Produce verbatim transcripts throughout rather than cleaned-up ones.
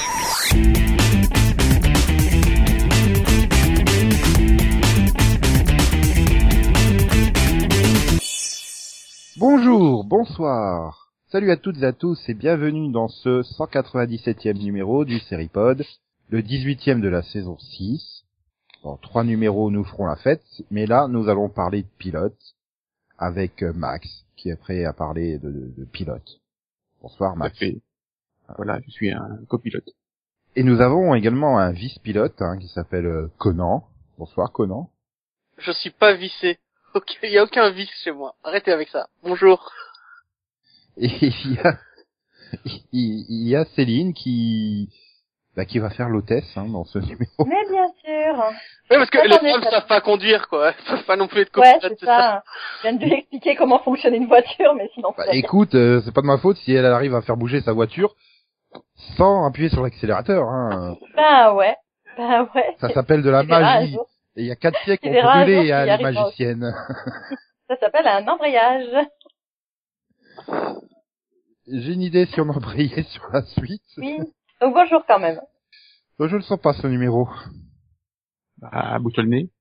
Bonjour, bonsoir, salut à toutes et à tous et bienvenue dans ce cent quatre-vingt-dix-septième numéro du Seripod, le dix-huitième de la saison six. Bon, trois numéros nous feront la fête, mais là nous allons parler de pilote avec Max qui est prêt à parler de, de, de pilote. Bonsoir Max. Voilà, je suis un copilote. Et nous avons également un vice-pilote hein, qui s'appelle Conan. Bonsoir Conan. Je suis pas vissé. Ok, il y a aucun vice chez moi. Arrêtez avec ça. Bonjour. Et il y a, il, il y a Céline qui, bah, qui va faire l'hôtesse hein, dans ce numéro. Mais bien sûr. Oui, parce que Attendez, les femmes ça... savent pas conduire, quoi. Elles savent pas non plus être Ouais, copilotes, c'est ça. Je viens de lui expliquer comment fonctionne une voiture, mais sinon. Bah, écoute, euh, c'est pas de ma faute si elle arrive à faire bouger sa voiture sans appuyer sur l'accélérateur. Hein. Bah ouais. Bah ouais. Ça s'appelle de la magie. Et il y a quatre siècles qu'on brûlait à les magiciennes. Ça s'appelle un embrayage. J'ai une idée si on embrayait sur la suite. Oui. Donc bonjour quand même. Je le sens pas ce numéro. Bah, bouge-toi le nez.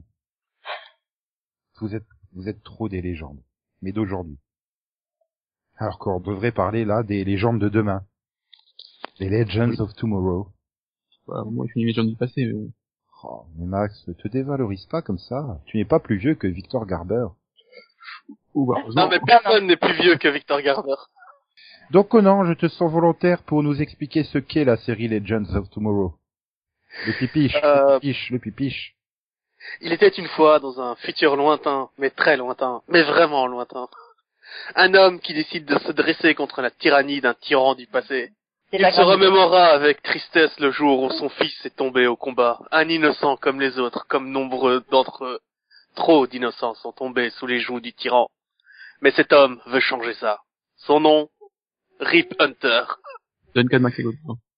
Vous êtes, vous êtes trop des légendes. Mais d'aujourd'hui. Alors qu'on devrait parler là des légendes de demain. Les Legends oui. of Tomorrow. Bah, moi, je suis une légende du passé, mais bon. Oh, mais Max, ne te dévalorise pas comme ça. Tu n'es pas plus vieux que Victor Garber. Ouh, bah, Non, mais personne n'est plus vieux que Victor Garber. Donc Conan, je te sens volontaire pour nous expliquer ce qu'est la série Legends of Tomorrow. Le pipiche, euh... le pipiche, le pipiche. Il était une fois dans un futur lointain, mais très lointain, mais vraiment lointain. Un homme qui décide de se dresser contre la tyrannie d'un tyran du passé. Il se remémora avec tristesse le jour où son fils est tombé au combat, un innocent comme les autres, comme nombreux d'entre eux. Trop d'innocents sont tombés sous les joues du tyran. Mais cet homme veut changer ça. Son nom, Rip Hunter. Duncan MacLeod.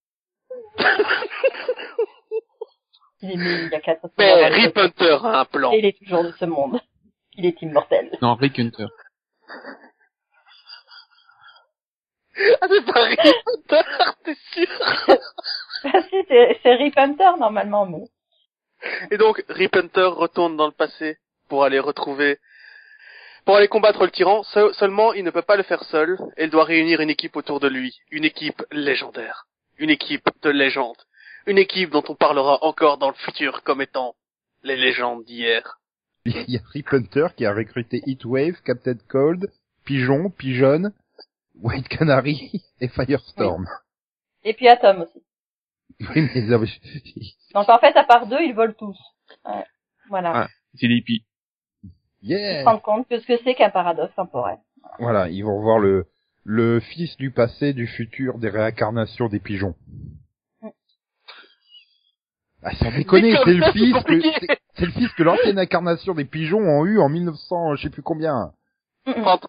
Il est né il y a quatre Mais Rip Hunter a un plan. Et il est toujours de ce monde. Il est immortel. Non, Rick Hunter. Ah, c'est pas Rip Hunter, t'es sûr? Bah si, c'est, c'est Rip Hunter normalement, mais... Et donc, Rip Hunter retourne dans le passé pour aller retrouver, pour aller combattre le tyran. Se- seulement, il ne peut pas le faire seul, et il doit réunir une équipe autour de lui. Une équipe légendaire. Une équipe de légende. Une équipe dont on parlera encore dans le futur comme étant les légendes d'hier. Il y a Rip Hunter qui a recruté Heatwave, Captain Cold, Pigeon, Pigeon, White Canary et Firestorm. Oui. Et puis Atom aussi. Oui, mais non, mais je... Donc en fait, à part deux, ils volent tous. Ouais. Voilà. Ah, c'est des hippies. Yeah. Ils se rendent compte que ce que c'est qu'un paradoxe temporel. Voilà, ils vont voir le le fils du passé, du futur, des réincarnations des pigeons. Mm. Ah, sans déconner, c'est le fils que c'est, c'est le fils que l'ancienne incarnation des pigeons ont eu en mille neuf cents, je sais plus combien. trente.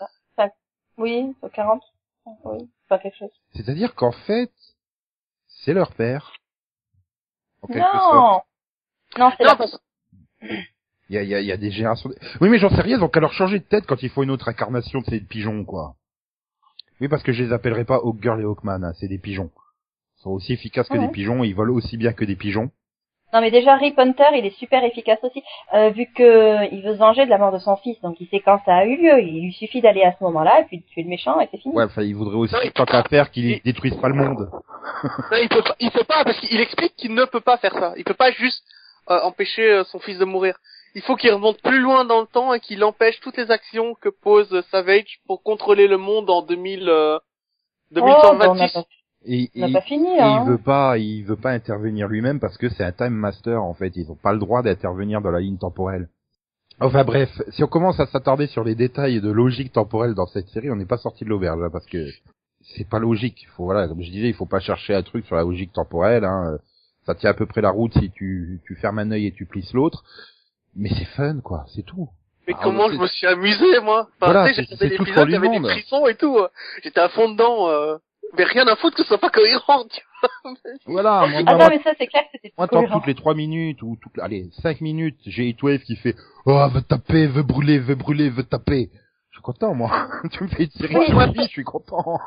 Oui, quarante. Oui, pas quelque chose. C'est-à-dire qu'en fait, c'est leur père. En quelque non. sorte. Non, c'est non, leur parce... Il y a, il y a, il y a des générations. De... Oui, mais j'en sais rien, donc à leur changer de tête quand il faut une autre incarnation de ces pigeons, quoi. Oui, parce que je les appellerai pas Hawk Girl et Hawkman, hein, c'est des pigeons. Ils sont aussi efficaces que mmh. des pigeons, ils volent aussi bien que des pigeons. Non, mais déjà, Rip Hunter, il est super efficace aussi, euh, vu que il veut se venger de la mort de son fils, donc il sait quand ça a eu lieu, il lui suffit d'aller à ce moment-là, et puis de tuer le méchant, et c'est fini. Ouais, enfin, il voudrait aussi, non, il tant qu'à faire, qu'il il... détruise pas le monde. Non, il peut pas, il peut pas, parce qu'il explique qu'il ne peut pas faire ça. Il peut pas juste euh, empêcher euh, son fils de mourir. Il faut qu'il remonte plus loin dans le temps et qu'il empêche toutes les actions que pose euh, Savage pour contrôler le monde en deux mille, euh, deux mille cent vingt-six. Oh, bon, Et, on n'a et, pas fini, et hein. il veut pas, il veut pas intervenir lui-même parce que c'est un time master en fait. Ils ont pas le droit d'intervenir dans la ligne temporelle. Enfin bref, si on commence à s'attarder sur les détails de logique temporelle dans cette série, on n'est pas sorti de l'auberge hein, parce que c'est pas logique. Il faut voilà, comme je disais, il faut pas chercher un truc sur la logique temporelle. Hein. Ça tient à peu près la route si tu tu fermes un œil et tu plisses l'autre. Mais c'est fun quoi, c'est tout. Mais ah, comment je me suis amusé moi. Enfin, voilà, tu sais, j'ai c'est, regardé c'est l'épisode, il y avait des frissons et tout. J'étais à fond dedans. Euh... Mais rien à foutre que ce soit pas cohérent, tu vois. Voilà. Moi, ah non, mais ça, c'est clair que c'était moi, tant toutes les trois minutes, ou toutes, allez, cinq minutes, j'ai Heatwave qui fait, oh, veut taper, veut brûler, veut brûler, veut taper. Je suis content, moi. Tu me fais une série oui, de vie, je suis content.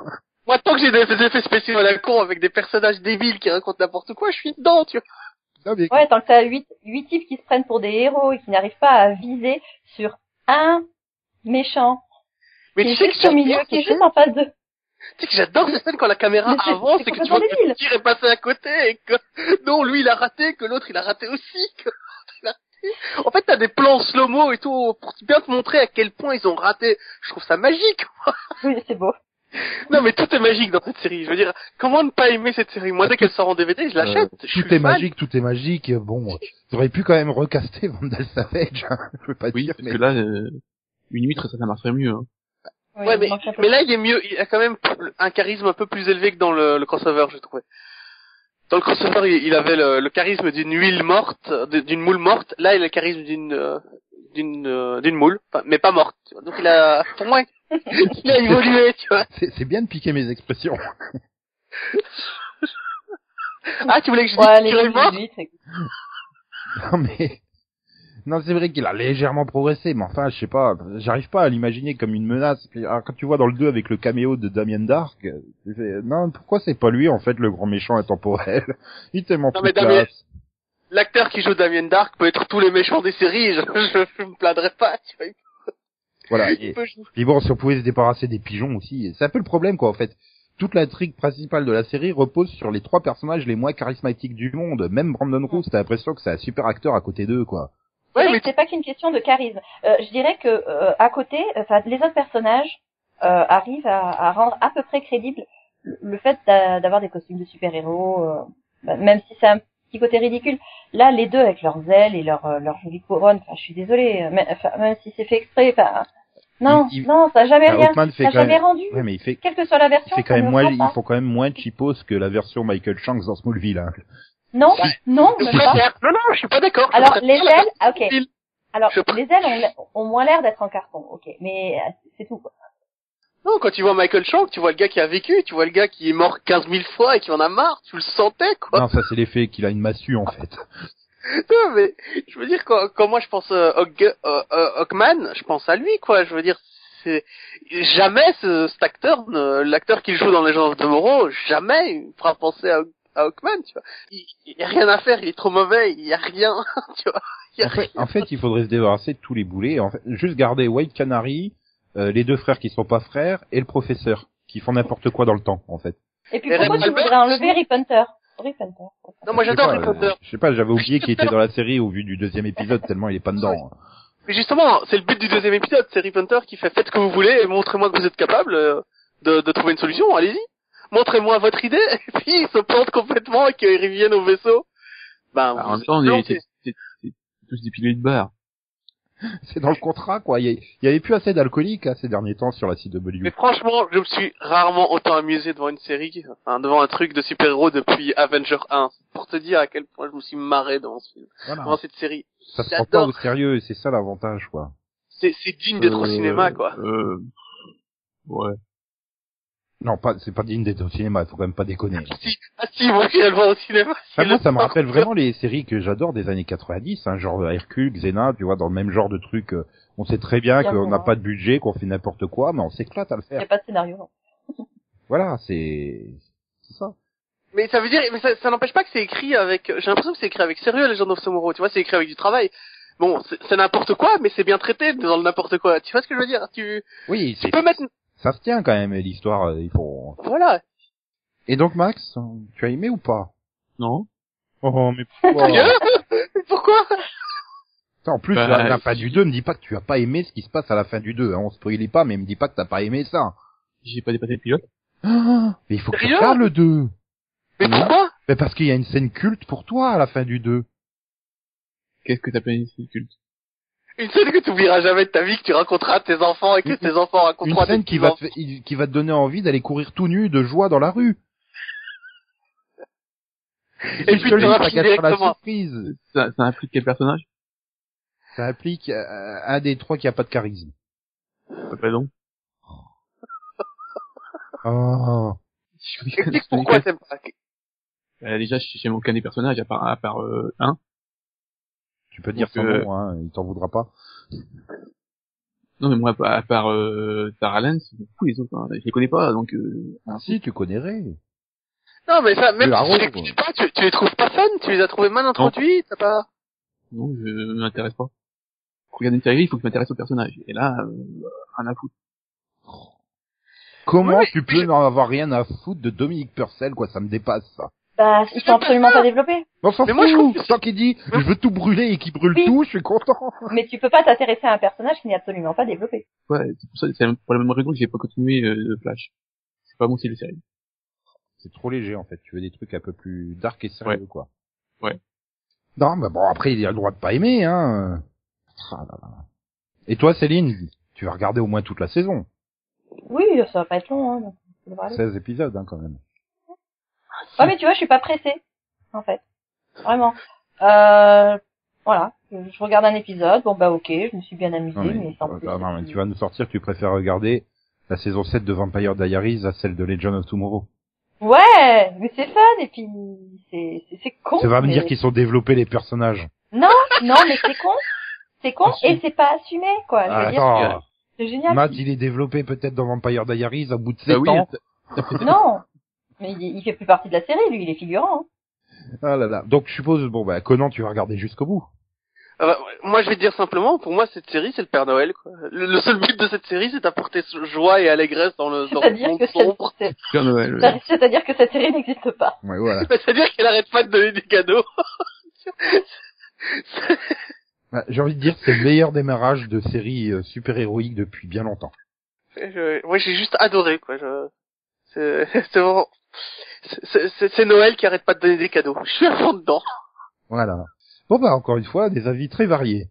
Moi, tant que j'ai des, des effets spéciaux à la con avec des personnages débiles qui racontent n'importe quoi, je suis dedans, tu vois. Non, mais... Ouais, tant que t'as huit, huit types qui se prennent pour des héros et qui n'arrivent pas à viser sur un méchant. Mais qui tu est sais que juste au milieu, j'adore qui est cette juste scène. en face d'eux. Tu sais que j'adore cette scène quand la caméra Mais c'est- avance c'est et que tu vois que complètement le tir est passé à côté et que non, lui il a raté, que l'autre il a raté aussi, que l'autre, il a raté. En fait, t'as des plans slow-mo et tout pour bien te montrer à quel point ils ont raté. Je trouve ça magique. Oui, c'est beau. Non, mais tout est magique dans cette série. Je veux dire, comment ne pas aimer cette série? Moi, dès qu'elle sort en D V D, je l'achète. Euh, Je suis tout est fan. magique, tout est magique. Bon, ils auraient pu quand même recaster Vandal Savage. Hein, je veux pas Oui, dire, parce mais que là, euh, une huître, ça, ça marcherait mieux. Hein. Oui, Ouais, il mais, manque un peu mais de- là, il est mieux. Il a quand même un charisme un peu plus élevé que dans le, le crossover, je trouvais. Dans le crossover, il, il avait le, le charisme d'une huile morte, de- d'une moule morte. Là, il a le charisme d'une euh, d'une euh, d'une moule, enfin, mais pas morte. Tu vois. Donc, il a, pour moi, il a évolué, tu vois. c'est, c'est bien de piquer mes expressions. Ah, tu voulais que je Ouais, dise les que tu es mort? huîtres, écoute. Non mais non, c'est vrai qu'il a légèrement progressé, mais enfin, je sais pas, j'arrive pas à l'imaginer comme une menace. Puis, alors, quand tu vois dans le deux avec le caméo de Damien Dark, euh, tu fais, non, pourquoi c'est pas lui en fait le grand méchant intemporel? Il est tellement Non, plus mais Damien- classe. L'acteur qui joue Damien Dark peut être tous les méchants des séries, je, je, je me plaindrais pas, tu vois. Voilà. Il Et, peut jouer. puis bon, si on pouvait se débarrasser des pigeons aussi, c'est un peu le problème quoi en fait. Toute l'intrigue principale de la série repose sur les trois personnages les moins charismatiques du monde. Même Brandon Roos, t'as l'impression que c'est un super acteur à côté d'eux quoi. C'est Ouais, vrai mais que c'est pas qu'une question de charisme. Euh, je dirais que euh, à côté, enfin les autres personnages euh, arrivent à, à rendre à peu près crédible le, le fait d'a- d'avoir des costumes de super-héros, euh, bah, même si c'est un petit côté ridicule. Là, les deux avec leurs ailes et leur euh, leur jolie couronne, enfin, je suis désolée, euh, mais, enfin, même si c'est fait exprès, enfin, non, Il- il- non, ça a jamais Enfin, rien, Hawkman fait ça a quand jamais même... rendu. Ouais, mais il fait, Quelle que soit la il version, fait quand ça même ne moins, rend ils pas. font quand même moins cheapos que la version Michael Shanks dans Smallville. Hein. Non, Ouais. non, je même pas. préfère. Non, non, je suis pas d'accord. je Alors préfère les la ailes, ah, ok. version Alors Je- les ailes ont, ont moins l'air d'être en carton, ok, mais euh, c'est tout quoi. Non, quand tu vois Michael Shank, tu vois le gars qui a vécu, tu vois le gars qui est mort quinze mille fois et qui en a marre, tu le sentais, quoi. Non, ça c'est l'effet qu'il a une massue en fait. Non, mais, je veux dire, quand, quand moi je pense euh, Hawk- euh, euh, Hawkman, je pense à lui, quoi. Je veux dire, c'est, jamais ce, cet acteur, ne- l'acteur qu'il joue dans Legends of Tomorrow, jamais il me fera penser à, à Hawkman, tu vois. Il, il y a rien à faire, il est trop mauvais, il y a rien, tu vois. Il y a En fait, rien. en fait, il faudrait se débarrasser de tous les boulets. En fait, juste garder White Canary, euh, les deux frères qui sont pas frères et le professeur qui font n'importe quoi dans le temps, en fait. Et puis Et pourquoi Red tu Albert, voudrais enlever Rip Hunter? Rip Hunter. Non, moi Je sais j'adore pas, Harry Potter. euh, Je sais pas, j'avais oublié qu'il était dans la série au vu du deuxième épisode tellement il est pas dedans. Mais justement, c'est le but du deuxième épisode, c'est Rip Hunter qui fait faites ce que vous voulez et montrez-moi que vous êtes capable euh, de, de trouver une solution, allez-y. Montrez-moi votre idée, et puis ils se plantent complètement et qu'ils reviennent au vaisseau. Ben, Alors, en vous même temps, on est, plantez. c'est, c'est, c'est tous des piliers de bar. C'est dans le contrat, quoi. Il y, a- il y avait plus assez d'alcooliques hein, ces derniers temps sur la C W. Mais franchement, je me suis rarement autant amusé devant une série, enfin, devant un truc de super-héros depuis Avenger un. Pour te dire à quel point je me suis marré devant ce film, Voilà. devant cette série. Ça se prend pas J'adore. au sérieux et c'est ça l'avantage, quoi. C'est, c'est digne d'être au Euh, cinéma, quoi. Euh, ouais. Non, pas, c'est pas digne d'être au cinéma, il faut quand même pas déconner. Ah si, ah si, moi je vais le voir au cinéma. Enfin, c'est moi, le ça me sport. rappelle vraiment les séries que j'adore des années quatre-vingt-dix, hein, genre Hercule, Xena, tu vois, dans le même genre de truc. euh, on sait très bien Bien qu'on n'a sûr. pas de budget, qu'on fait n'importe quoi, mais on s'éclate à le Il n'y faire. a pas de scénario. Non. Voilà, c'est, c'est ça. Mais ça veut dire, mais ça, ça n'empêche pas que c'est écrit avec, j'ai l'impression que c'est écrit avec sérieux, Legend of Tomorrow, tu vois, c'est écrit avec du travail. Bon, c'est, c'est n'importe quoi, mais c'est bien traité dans le n'importe quoi. Tu vois ce que je veux dire? Tu, Oui, tu c'est, peux mettre, ça se tient quand même, l'histoire, euh, il faut... voilà. Et donc, Max, tu as aimé ou pas? Non? Oh, mais pourquoi? Sérieux? Pourquoi? En plus, Bah, à la fin du deux, me dis pas que tu as pas aimé ce qui se passe à la fin du deux, hein, on spoilait pas, mais me dis pas que t'as pas aimé ça. J'ai pas dépassé le pilote. Ah, mais il faut que tu Sérieux regardes le deux. Mais Oui. pourquoi? Mais parce qu'il y a une scène culte pour toi à la fin du deux. Qu'est-ce que t'appelles une scène culte? Une scène que tu oublieras jamais de ta vie, que tu raconteras à tes enfants et que Une- tes enfants Une raconteront à tes scène qui va, te, petits-enfants. fait- qui va te donner envie d'aller courir tout nu de joie dans la rue. Et puis Je tu te le dis, ça rapides gâche pas la directement. surprise. Ça, ça implique quel personnage? Ça implique euh, un des trois qui a pas de charisme. Pas donc. Oh. Explique pourquoi t'aimes pas. Euh, déjà, j'aime aucun des personnages, à part, à part, euh, un. Tu peux dire Donc, son euh, nom, hein, il t'en voudra pas. Non, mais moi, à part euh, Tara Lance, c'est beaucoup les autres. Hein. Je les connais pas, donc... Euh... Ah si, tu connais Ray. Non, mais ça, même La si tu Rose, les connais pas, tu, tu les trouves pas fun, tu les as trouvés mal introduits, t'as pas... Non, je m'intéresse pas. Pour regarder une série, il faut que je m'intéresse au personnage. Et là, euh, rien à foutre. Comment Ouais, tu peux je- n'en avoir rien à foutre de Dominique Purcell, quoi, ça me dépasse, ça. Bah, ils sont absolument pas développés. On s'en Mais moi, je trouve fout, que tant qu'il dit, je veux tout brûler et qu'il brûle Oui. tout, je suis content. Mais tu peux pas t'intéresser à un personnage qui n'est absolument pas développé. Ouais, c'est pour ça, c'est pour la même raison que j'ai pas continué euh, Flash. C'est pas mon style de série. C'est trop léger, en fait, tu veux des trucs un peu plus dark et sérieux, Ouais. quoi. Ouais. Non, mais bon, après, il a le droit de pas aimer, hein. Ah là là. Et toi, Céline, tu vas regarder au moins toute la saison. Oui, ça va pas être long, hein. Donc, ça devrait aller. seize épisodes, hein, quand même. Ouais, mais tu vois, je suis pas pressée, en fait. Vraiment. Euh, voilà. Je, je regarde un épisode, bon bah ok, je me suis bien amusée, Non, mais, mais, sans euh, plus. non, mais tu vas nous sortir, tu préfères regarder la saison sept de Vampire Diaries à celle de Legend of Tomorrow. Ouais, mais c'est fun, et puis, c'est, c'est, c'est con. Tu vas me mais- dire qu'ils sont développés, les personnages. Non, non, mais c'est con. C'est con, Ah, si. et c'est pas assumé, quoi. Je veux Ah, dire, attends, c'est génial. Matt, il est développé peut-être dans Vampire Diaries à bout de sept Bah oui, ans. Non. Mais il, il fait plus partie de la série, lui, il est figurant. Hein. Ah là là. Donc je suppose, bon bah Conan, tu vas regarder jusqu'au bout. Ah bah, ouais, moi, je vais te dire simplement, pour moi, cette série, c'est le Père Noël, quoi. Le, le seul but de cette série, c'est d'apporter joie et allégresse dans le, dans le C'est-à-dire monde que sombre. c'est, Père Noël. c'est- ouais. c'est-à-dire que cette série n'existe pas. Ouais, voilà. Bah, c'est-à-dire qu'elle arrête pas de donner des cadeaux. Bah, j'ai envie de dire, c'est le meilleur démarrage de série euh, super-héroïque depuis bien longtemps. Je, moi, j'ai juste adoré, quoi. Je, c'est, c'est vraiment, c'est, c'est, c'est Noël qui arrête pas de donner des cadeaux. Je suis à fond dedans. Voilà. Bon bah encore une fois, des avis très variés.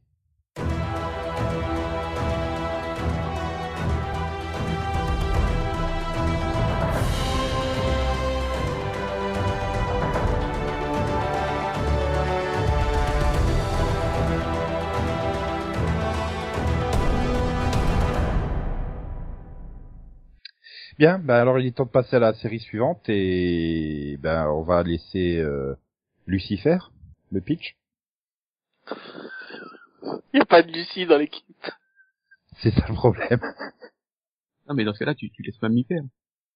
Bien, bah alors il est temps de passer à la série suivante et ben on va laisser euh, Lucifer, le pitch. Il y a pas de Lucie dans l'équipe. C'est ça le problème. Non, mais dans ce cas-là, tu, tu laisses pas m'y faire.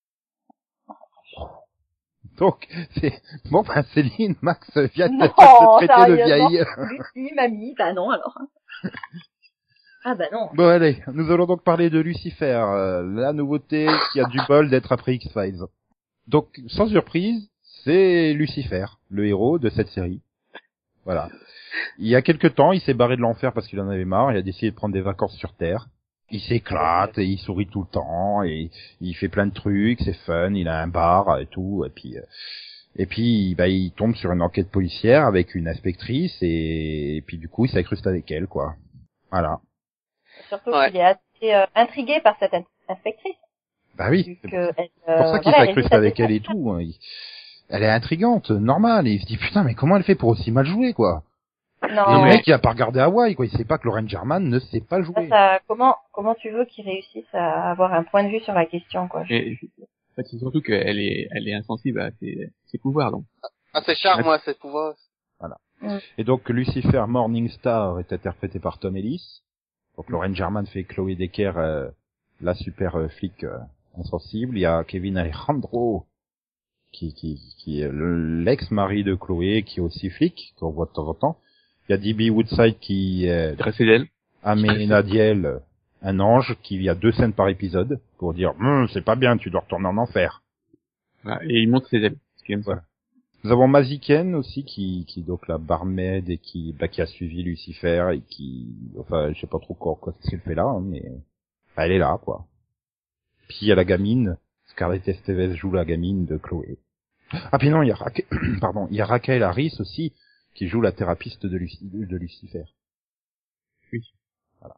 Donc c'est bon ben Céline, Max vient de Non, te traiter de sérieusement. vieille. Lucie, mamie, bah non, alors. Ah bah non. Bon allez, nous allons donc parler de Lucifer, euh, la nouveauté qui a du bol d'être après X-Files. Donc sans surprise, c'est Lucifer, le héros de cette série. Voilà. Il y a quelque temps, il s'est barré de l'enfer parce qu'il en avait marre, il a décidé de prendre des vacances sur Terre. Il s'éclate et il sourit tout le temps et il fait plein de trucs, c'est fun, il a un bar et tout et puis euh, et puis bah il tombe sur une enquête policière avec une inspectrice et, et puis du coup, il s'incruste avec elle quoi. Voilà. Surtout Ouais. qu'il est assez euh, intrigué par cette in- inspectrice. Bah oui. Vu C'est que elle, C'est pour euh, ça qu'il voilà, elle s'incruste hésite à avec elle et descendre. tout. hein. Il- Elle est intrigante, normale. Et il se dit, putain, mais comment elle fait pour aussi mal jouer, quoi? Non, Et Non, le mais- mec, il a pas regardé Hawaii, quoi. Il sait pas que Lauren German ne sait pas Ça, jouer. ça- comment, comment tu veux qu'il réussisse à avoir un point de vue sur la question, quoi. Je- Et, en fait, c'est surtout qu'elle est, elle est insensible à ses, ses pouvoirs, donc. Ah, c'est charme, moi, c'est pouvoir. Et donc, Lucifer Morningstar est interprété par Tom Ellis. Donc, Lauren German fait Chloé Decker, euh, la super euh, flic euh, insensible. Il y a Kevin Alejandro, qui, qui, qui est le- l'ex-mari de Chloé, qui est aussi flic, qu'on voit de temps en temps. Il y a D B Woodside qui est Dressé d'elle. Amé Nadiel, un ange, qui y a deux scènes par épisode, pour dire, Hum, c'est pas bien, tu dois retourner en enfer. Voilà. Et il monte ses ailes. Ce qui aime ça. Voilà. Nous avons Maziken aussi, qui, qui donc la barmaid et qui, bah, qui a suivi Lucifer et qui, enfin, je sais pas trop quoi, quoi qu'est-ce qu'elle fait là, hein, mais, bah, elle est là, quoi. Puis il y a la gamine, Scarlett Esteves joue la gamine de Chloé. Ah, puis non, il y a Raquel, pardon, il y a Raquel Harris aussi, qui joue la thérapeute de, Luci- de Lucifer. Oui. Voilà.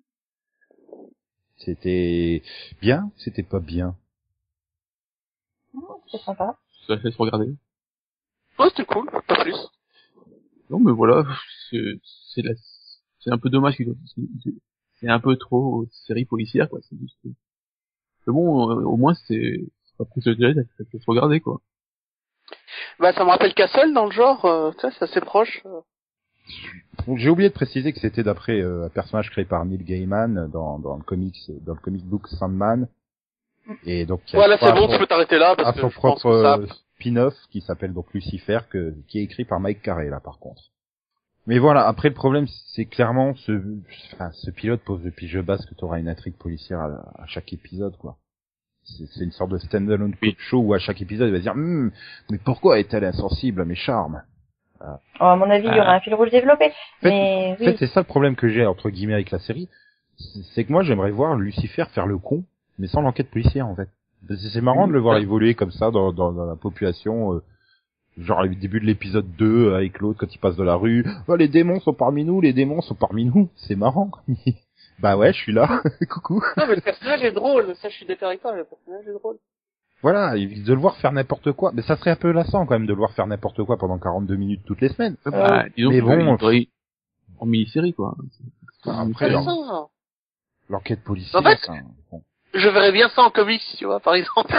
C'était bien, c'était pas bien. C'est sympa. Ça laisse regarder. Ouais, c'était cool, pas plus. Non, mais voilà, c'est, c'est la, c'est un peu dommage qu'il c'est, c'est- c'est un peu trop série policière, quoi. C'est juste, mais bon, euh, au moins c'est, c'est pas pris de direct, ça peut se regarder, quoi. Bah, ça me rappelle Castle dans le genre, euh, tu sais, c'est assez proche. euh. J'ai oublié de préciser que c'était d'après euh, un personnage créé par Neil Gaiman dans, dans le comics, dans le comic book Sandman. Et donc, il y a Voilà, c'est bon, son, tu peux t'arrêter là, parce à que son je pense propre que euh, ça... spin-off qui s'appelle donc Lucifer, que, qui est écrit par Mike Carey, là, par contre. Mais voilà, après le problème, c'est clairement ce, enfin, ce pilote pose le pied base que tu auras une intrigue policière à, à chaque épisode, quoi. C'est, c'est une sorte de stand-alone Oui. show où à chaque épisode il va dire hm, mais pourquoi est-elle insensible à mes charmes? Oh, à mon avis, il y aura un fil rouge développé. En fait, Mais en oui. fait, c'est ça le problème que j'ai entre guillemets avec la série, c'est, c'est que moi j'aimerais voir Lucifer faire le con, mais sans l'enquête policière en fait. C'est, c'est marrant de le voir évoluer comme ça dans, dans, dans la population. Euh, Genre le début de l'épisode deux avec l'autre quand il passe de la rue, oh, les démons sont parmi nous, les démons sont parmi nous, c'est marrant. Bah ouais, je suis là. Coucou. Non, mais le personnage est drôle, ça je suis d'accord avec toi, le personnage est drôle. Voilà, de le voir faire n'importe quoi, mais ça serait un peu lassant quand même de le voir faire n'importe quoi pendant quarante-deux minutes toutes les semaines. Bah, disons mais que, bon, il devrait- en mini-série, quoi. Après, C'est l'en- ça. l'enquête policière, En fait, enfin, bon. Je verrais bien ça en comics, tu vois, par exemple.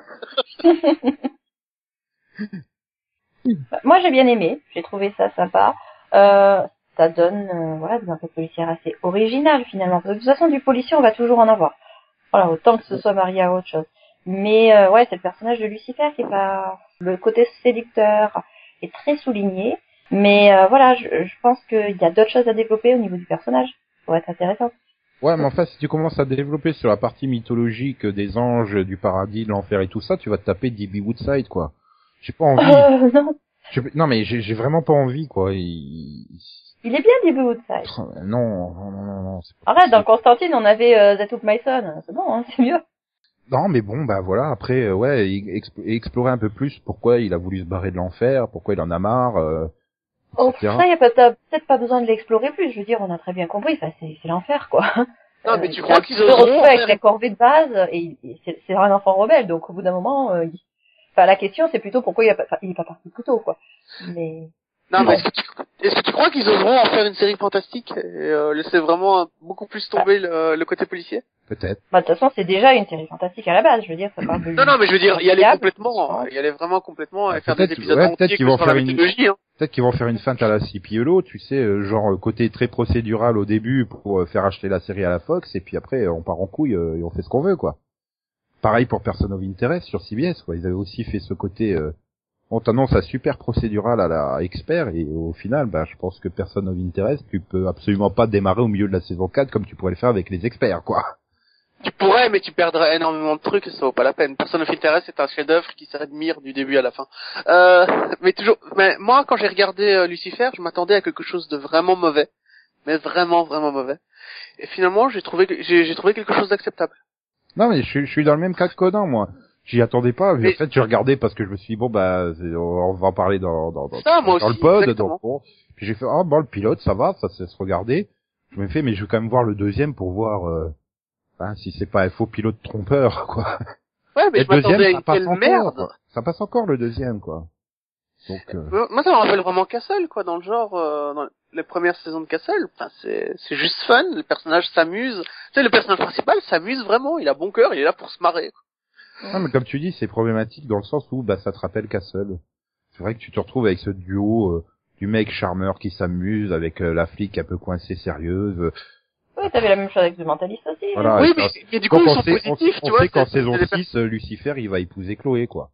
Moi, j'ai bien aimé. J'ai trouvé ça sympa. Euh, ça donne, euh, voilà, des enquêtes policières assez originales, finalement. De toute façon, du policier, on va toujours en avoir. Voilà, autant que ce soit marié à autre chose. Mais, euh, ouais, c'est le personnage de Lucifer qui est pas, le côté séducteur est très souligné. Mais, euh, voilà, je, je pense qu'il y a d'autres choses à développer au niveau du personnage. Pour être intéressant. Ouais, mais enfin, si tu commences à développer sur la partie mythologique des anges, du paradis, de l'enfer et tout ça, tu vas te taper D B Woodside, quoi. J'ai pas envie. Euh, non. J'ai- Non, mais j'ai, j'ai vraiment pas envie, quoi. Il... Il est bien, début Woodside. Non, non, non, non, non. c'est pas Arrête, dans possible. Constantine, on avait euh, The Took My Son. C'est bon, hein, c'est mieux. Non, mais bon, bah voilà. Après, euh, ouais, exp- explorer un peu plus pourquoi il a voulu se barrer de l'enfer, pourquoi il en a marre, euh, Oh, et cetera. ça, y a pas, t'as peut-être pas besoin de l'explorer plus. Je veux dire, on a très bien compris. Ça, c'est, c'est l'enfer, quoi. Non, mais tu Euh, crois il qu'ils se oseront retrouve en avec faire la une- corvée de base et, et c'est, c'est un enfant rebelle. Donc, au bout d'un moment, euh, il... enfin, la question, c'est plutôt pourquoi il, a pas, enfin, il est pas parti plus tôt, quoi. Mais Non, mais bon. est-ce que, tu... est-ce que tu crois qu'ils oseront en faire une série fantastique et euh, laisser vraiment beaucoup plus tomber le, le côté policier? Peut-être. Bah, de toute façon, c'est déjà une série fantastique à la base. Je veux dire, ça parle de. Non, non, mais je veux dire, y aller Fiable, complètement, y aller vraiment complètement et Ouais, faire des peut-être- épisodes ouais, entiers peut-être qu'ils vont que sur la faire une- mythologie, hein. Peut-être qu'ils vont faire une feinte à la C P L O, tu sais, euh, genre euh, côté très procédural au début pour euh, faire acheter la série à la Fox, et puis après euh, on part en couille euh, et on fait ce qu'on veut, quoi. Pareil pour Person of Interest sur C B S, quoi. Ils avaient aussi fait ce côté, euh, on t'annonce un super procédural à la expert, et au final, bah, je pense que Person of Interest, tu peux absolument pas démarrer au milieu de la saison quatre comme tu pourrais le faire avec les experts, quoi. Tu pourrais, mais tu perdrais énormément de trucs et ça vaut pas la peine. Person of Interest, c'est un chef-d'œuvre qui s'admire du début à la fin. Euh, mais toujours, mais moi, quand j'ai regardé euh, Lucifer, je m'attendais à quelque chose de vraiment mauvais. Mais vraiment, vraiment mauvais. Et finalement, j'ai trouvé, que- j'ai, j'ai trouvé quelque chose d'acceptable. Non, mais je, suis- je suis dans le même cas que Conan, moi. J'y attendais pas, mais Mais- en fait, je regardais parce que je me suis dit, bon, bah, c'est- on va en parler dans, dans, dans, Ça, moi dans aussi, le pod, exactement. donc bon. Puis j'ai fait, ah, bon, le pilote, ça va, ça, ça se regarder. Je me fais, mais je vais quand même voir le deuxième pour voir, euh, hein, si c'est pas un faux pilote trompeur, quoi. Ouais, mais Et je m'attendais à ça une passe telle encore. merde. Ça passe encore le deuxième, quoi. Donc, euh, Euh, Moi, ça me rappelle vraiment Castle, quoi, dans le genre, euh, dans les premières saisons de Castle. Enfin, c'est, c'est juste fun, le personnage s'amuse. Tu sais, le personnage principal s'amuse vraiment, il a bon cœur, il est là pour se marrer. non, mais comme tu dis, c'est problématique dans le sens où, bah, ça te rappelle Castle. C'est vrai que tu te retrouves avec ce duo, euh, du mec charmeur qui s'amuse avec euh, la flic un peu coincée sérieuse. euh, Oui, t'avais la même chose avec The Mentalist aussi. Voilà. Oui, et mais, ça- mais du coup, Donc ils on sont sait, on, positifs, on tu vois. sait qu'en c'est- saison c'est des six, euh, Lucifer, il va épouser Chloé, quoi.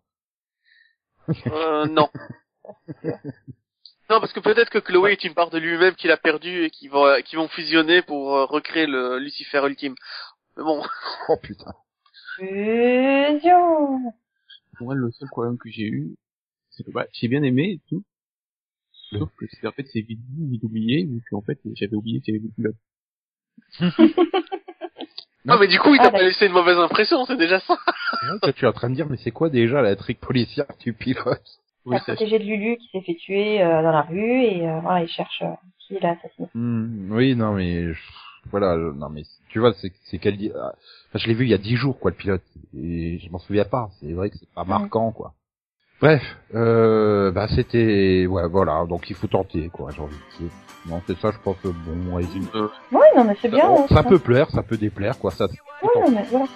per- Euh, non. Non, parce que peut-être que Chloé est une part de lui-même qu'il a perdue et qui vont, euh, qui vont fusionner pour euh, recréer le Lucifer ultime. Mais bon. Oh putain. Fusion. Pour moi, le seul problème que j'ai eu, c'est que, bah, j'ai bien aimé et tout. Sauf que c'est, en fait, c'est vite vu, vite oublié, vu qu'en fait, j'avais oublié qu'il y avait des pilotes. Non, mais du coup, il t'a Ah, pas ouais. laissé une mauvaise impression, c'est déjà ça. C'est vrai que tu es en train de dire, mais c'est quoi déjà la trick policière que tu pilotes? Oui, La ça, protégée de Lulu qui s'est fait tuer euh, dans la rue et euh, voilà, il cherche euh, qui l'a assassiné. Hmm, oui, non, mais je- voilà, je- non, mais tu vois, c'est c'est qu'elle dit. ah, Enfin, je l'ai vu il y a dix jours, quoi, le pilote, et je m'en souviens pas. C'est vrai que c'est pas marquant, quoi. Bref, euh, bah c'était, ouais, voilà, donc il faut tenter, quoi, j'ai envie de dire. Non, c'est ça, je pense, le bon résumé. euh, Oui, non, mais c'est bien. hein, Ça ça. peut plaire, ça peut déplaire, quoi, ça. Oui, non, mais voilà.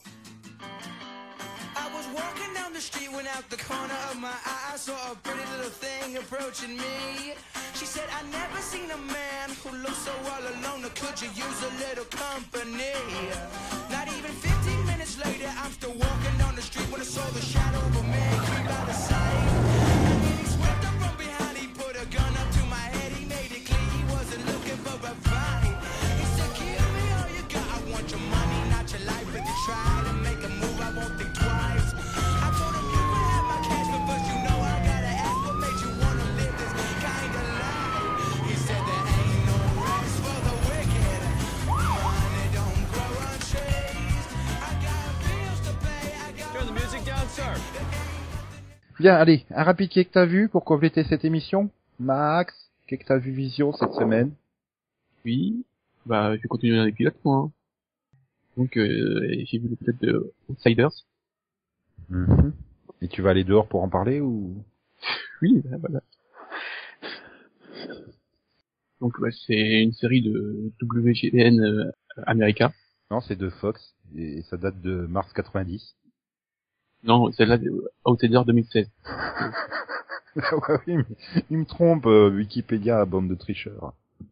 I was walking down the street when out the corner of my eye I saw a pretty little thing approaching me. She said, I never seen a man who looks so all alone, or could you use a little company? Not even fifteen minutes later, I'm still walking down the street when I saw the shadow of a man creep out of sight. And then he swept up from behind, he put a gun up to my head, he made it clear he wasn't looking for a fight. He said, give me all you got, I want your money, not your life. If you try to make a move, I won't think twice. I told him you could have my cash, but first you know I gotta ask what made you wanna live this kind of life. He said there ain't no rest for the wicked, money don't grow on trees. I got bills to pay, I got Turn the music down, sir. Bien, allez, un rapide qu'est-ce que t'as vu pour compléter cette émission. Max, qu'est-ce que t'as vu Vision cette semaine? Oui, bah je vais continuer dans les pilotes moi. Hein. Donc euh, j'ai vu le pilote de Outsiders. Mm-hmm. Et tu vas aller dehors pour en parler ou? Oui, bah, voilà. Donc bah, c'est une série de W G N euh, America. Non, c'est de Fox et ça date de mars quatre-vingt-dix. Non, celle-là de Outsiders deux mille seize. Ouais, oui, mais il me trompe, euh, Wikipédia, bande de tricheurs.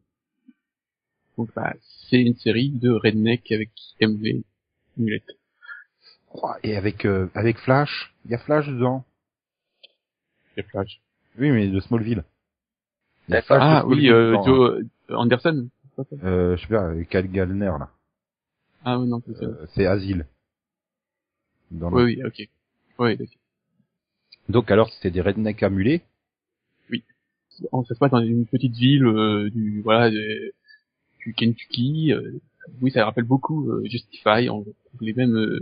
Donc bah c'est une série de redneck avec M V Mulette. Oh, et avec euh, avec Flash, il y a Flash dedans. C'est Flash. Oui, mais de Smallville. Il y a D'accord. Flash de Ah Smallville oui, euh, dedans, hein. Joe Anderson. Euh, je sais pas, avec Cal Gallner là. Ah oui non, c'est ça. Euh, c'est Asile. Dans le- Oui oui, ok. Oui, d'accord. Donc alors c'était des rednecks à mulets. Ça se passe dans une petite ville euh, du voilà de, du Kentucky. Euh, oui, ça rappelle beaucoup euh, Justify, on trouve les mêmes euh,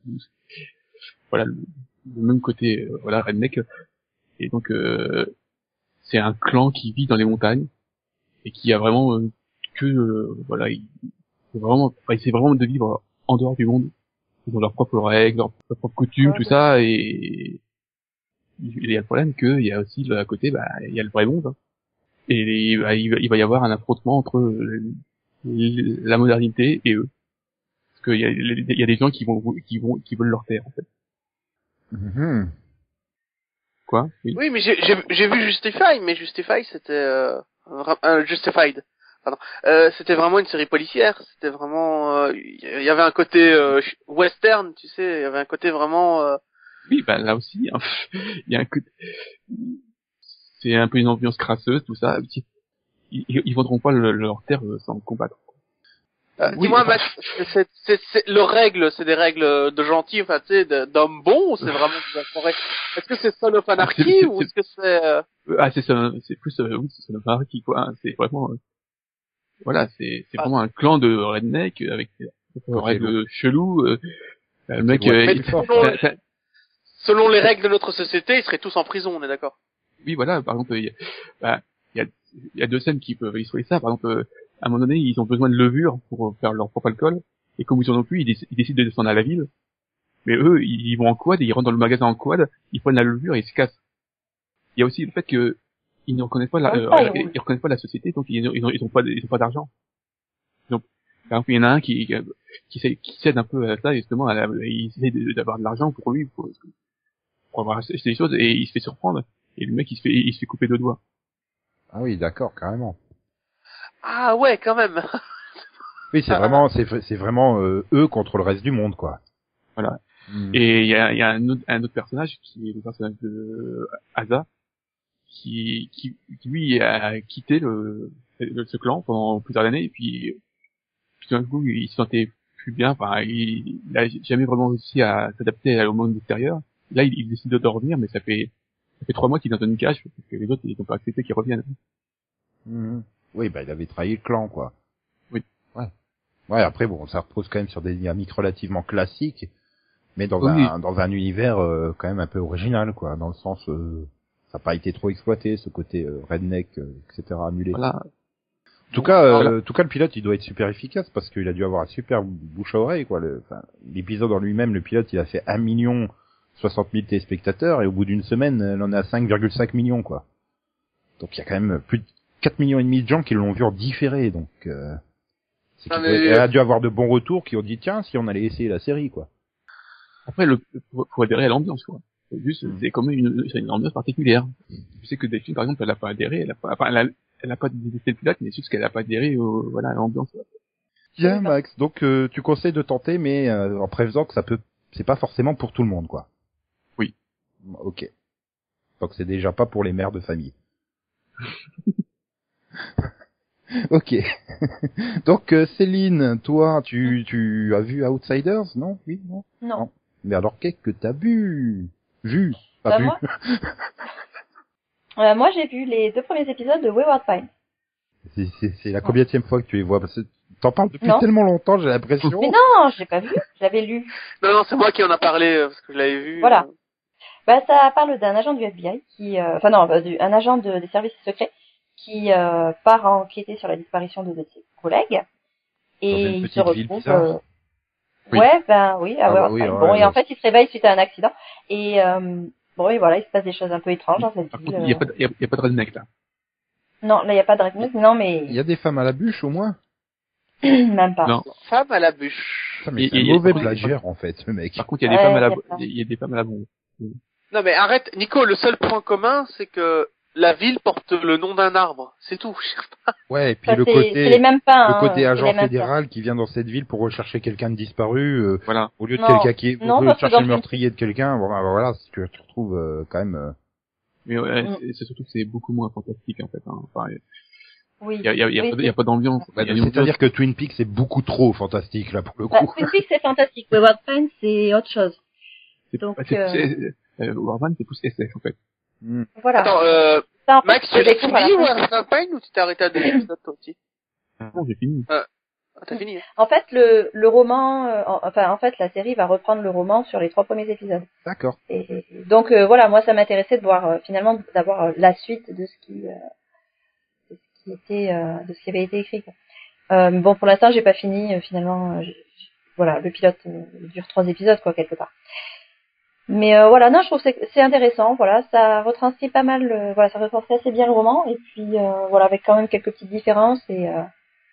voilà le, le même côté euh, voilà redneck. Et donc euh, c'est un clan qui vit dans les montagnes et qui a vraiment euh, que euh, voilà il vraiment enfin, il essaie vraiment de vivre en dehors du monde. Ils ont leurs propres règles, leurs, leurs propres coutumes, tout ça, et il y a le problème qu'il y a aussi à côté, bah, il y a le vrai monde, hein. Et bah, il, va, il va y avoir un affrontement entre euh, la modernité et eux, parce qu'il y a, il y a des gens qui vont, qui vont, qui veulent leur terre en fait. Mm-hmm. Quoi? Oui. Oui, mais j'ai, j'ai, j'ai vu Justify, mais Justify c'était euh, vra- euh, Justified. Pardon. Euh, c'était vraiment une série policière. C'était vraiment, il euh, y avait un côté euh, western, tu sais. Il y avait un côté vraiment. Euh... Oui, bah là aussi, hein, il y a un côté. C'est un peu une ambiance crasseuse, tout ça. Ils, ils, ils vendront pas le, leur terre sans combattre. Euh, Oui, dis-moi, enfin... Max, c'est, c'est, c'est, le règle, c'est des règles de gentils, enfin, tu sais, de, d'hommes bons, ou c'est vraiment des forêts? Est-ce que c'est Son of Anarchy, c'est, c'est, ou est-ce que c'est... Euh... Ah, c'est ça, c'est plus, euh, oui, c'est Son of Anarchy, quoi. Hein, c'est vraiment, euh, voilà, c'est, c'est ah. vraiment un clan de redneck avec des règles cheloues. Euh, le mec, euh, il, selon, ça, ça... selon les règles de notre société, ils seraient tous en prison, on est d'accord? Oui, voilà, par exemple, il y a, bah, il y a, il y a deux scènes qui peuvent illustrer ça. Par exemple, euh, à un moment donné, ils ont besoin de levure pour faire leur propre alcool, et comme ils en ont plus, ils, déc- ils décident de descendre à la ville. Mais eux, ils, ils vont en quad, et ils rentrent dans le magasin en quad, ils prennent la levure et ils se cassent. Il y a aussi le fait que ils ne reconnaissent pas la, euh, ah, ils, ils reconnaissent pas la société, donc ils, ils, ont, ils ont pas, ils ont pas d'argent. Donc, par exemple, il y en a un qui, qui, qui cède un peu à ça, justement, à la, il essaie d'avoir de l'argent pour lui, pour, pour avoir acheté des choses, et il se fait surprendre. Et le mec, il se fait, il se fait couper deux doigts. Ah oui, d'accord, carrément. Ah ouais, quand même. Oui, c'est ah, vraiment, c'est, c'est vraiment euh, eux contre le reste du monde, quoi. Voilà. Mm. Et il y a, y a un autre, un autre personnage qui est le personnage de Asa, qui, qui, qui lui a quitté le, le ce clan pendant plusieurs années, et puis, puis d'un coup, il se sentait plus bien. Enfin, il, il a jamais vraiment réussi à s'adapter au monde extérieur. Là, il, il décide de revenir, mais ça fait Ça fait trois mois qu'il est dans une cage, parce que les autres, ils n'ont pas accepté qu'il revienne. Mmh. Oui, bah, il avait trahi le clan, quoi. Oui. Ouais. Ouais, après, bon, ça repose quand même sur des dynamiques relativement classiques, mais dans oui. un, dans un univers, euh, quand même un peu original, quoi, dans le sens, euh, ça n'a pas été trop exploité, ce côté, euh, redneck, euh, et cetera, annulé. Voilà. En tout cas, euh, voilà. En tout cas, le pilote, il doit être super efficace, parce qu'il a dû avoir un super bouche à oreille, quoi. Le, enfin, l'épisode en lui-même, le pilote, il a fait un million soixante mille téléspectateurs, et au bout d'une semaine, elle en est à cinq virgule cinq millions, quoi. Donc il y a quand même plus de quatre millions et demi de gens qui l'ont vu en différé, donc euh, c'est ah, mais... elle a dû avoir de bons retours qui ont dit tiens, si on allait essayer la série, quoi. Après, le faut, faut adhérer à l'ambiance, quoi. Juste, mm. c'est comme une, c'est une ambiance particulière. Je sais que Delphine, par exemple, elle a pas adhéré, elle a pas, enfin, elle a, elle a pas détesté le pilote, mais c'est juste qu'elle a pas adhéré au, voilà, à l'ambiance. Bien, Max. Donc, euh, tu conseilles de tenter, mais euh, en prévenant que ça peut, c'est pas forcément pour tout le monde, quoi. Oui. Ok. Donc, c'est déjà pas pour les mères de famille. Ok. Donc, euh, Céline, toi, tu, tu as vu Outsiders, non? Oui, non? Non. Non. Mais alors, qu'est-ce que t'as vu? Vu, pas Bah, vu. moi, euh, moi, j'ai vu les deux premiers épisodes de Wayward Pines. C'est, c'est, c'est la combienième fois que tu les vois? Parce que t'en parles depuis Non. tellement longtemps, j'ai l'impression. Mais non, je l'ai pas vu, je l'avais lu. Non, non, c'est moi qui en a parlé, euh, parce que je l'avais vu. Voilà. euh. Bah, ça parle d'un agent du F B I qui, euh, enfin non, bah, du, un agent de, des services secrets qui euh, part enquêter sur la disparition de, de ses collègues et Dans une il petite se ville retrouve. bizarre. Euh, Oui. Ouais, ben oui, à Ah bah Wayward oui, Pines. ouais, Bon, ouais. et en fait, il se réveille suite à un accident et euh, bon, et voilà, il se passe des choses un peu étranges dans cette Par ville. contre, il y a euh. pas de, il y a, il y a pas de redneck, là. Non, là, il y a pas de redneck, non, mais Il y a des femmes à la bûche, au moins? même pas. Non. Femme à la bûche. Putain, mais Et- c'est un et- mauvais et- plagiaire, en fait, ce mec. Par contre, il y a des Ouais, femmes à la, y a pas. il y a des femmes à la bombe. Non mais arrête, Nico, le seul point commun, c'est que la ville porte le nom d'un arbre. C'est tout. Ouais, et puis Ça, le c'est- côté, c'est les mêmes pas, le hein, côté c'est agent les mêmes fédéral qui vient dans cette ville pour rechercher quelqu'un de disparu, euh, Voilà. au lieu de Non. quelqu'un qui est, Non, au lieu de parce que chercher dans le une- meurtrier de quelqu'un, bon, ben, voilà, si tu, tu retrouves, euh, quand même, euh, Mais ouais, Mm. c'est, c'est surtout que c'est beaucoup moins fantastique, en fait, hein. Enfin, Oui. il y a, il y a, il y a Oui, pas, il y a pas d'ambiance. bah, Il y a une c'est-à-dire que Twin Peaks c'est beaucoup trop fantastique, là, pour le Bah, coup. Twin Peaks, c'est fantastique. Wayward Pines, c'est autre chose. c'est, donc, bah, c'est, euh, c'est, euh, Warman, c'est plus S F, en fait. Hmm. Voilà. Attends, euh, Ça, en fait, Max, je tu l'as découvre à la fini fin. Wayward Pines ou tu t'es arrêté à deux épisodes toi aussi? Non, j'ai fini. Ah, t'as fini. Hein. En fait, le, le roman, euh, en- enfin, en fait, la série va reprendre le roman sur les trois premiers épisodes. D'accord. Et donc, euh, voilà, moi, ça m'intéressait de voir, euh, finalement, d'avoir euh, la suite de ce qui, euh, de ce qui était, euh, de ce qui avait été écrit. Quoi. Euh, bon, pour l'instant, j'ai pas fini. euh, finalement, euh, j'ai- j'ai- voilà, le pilote euh, dure trois épisodes, quoi, quelque part. Mais euh, voilà, non, je trouve que c'est, c'est intéressant. Voilà, ça retranscrit pas mal, euh, voilà, ça retranscrit assez bien le roman. Et puis, euh, voilà, avec quand même quelques petites différences et euh,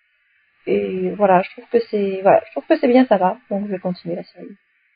et voilà, je trouve que c'est, voilà, je trouve que c'est bien, ça va. Donc, je vais continuer la série.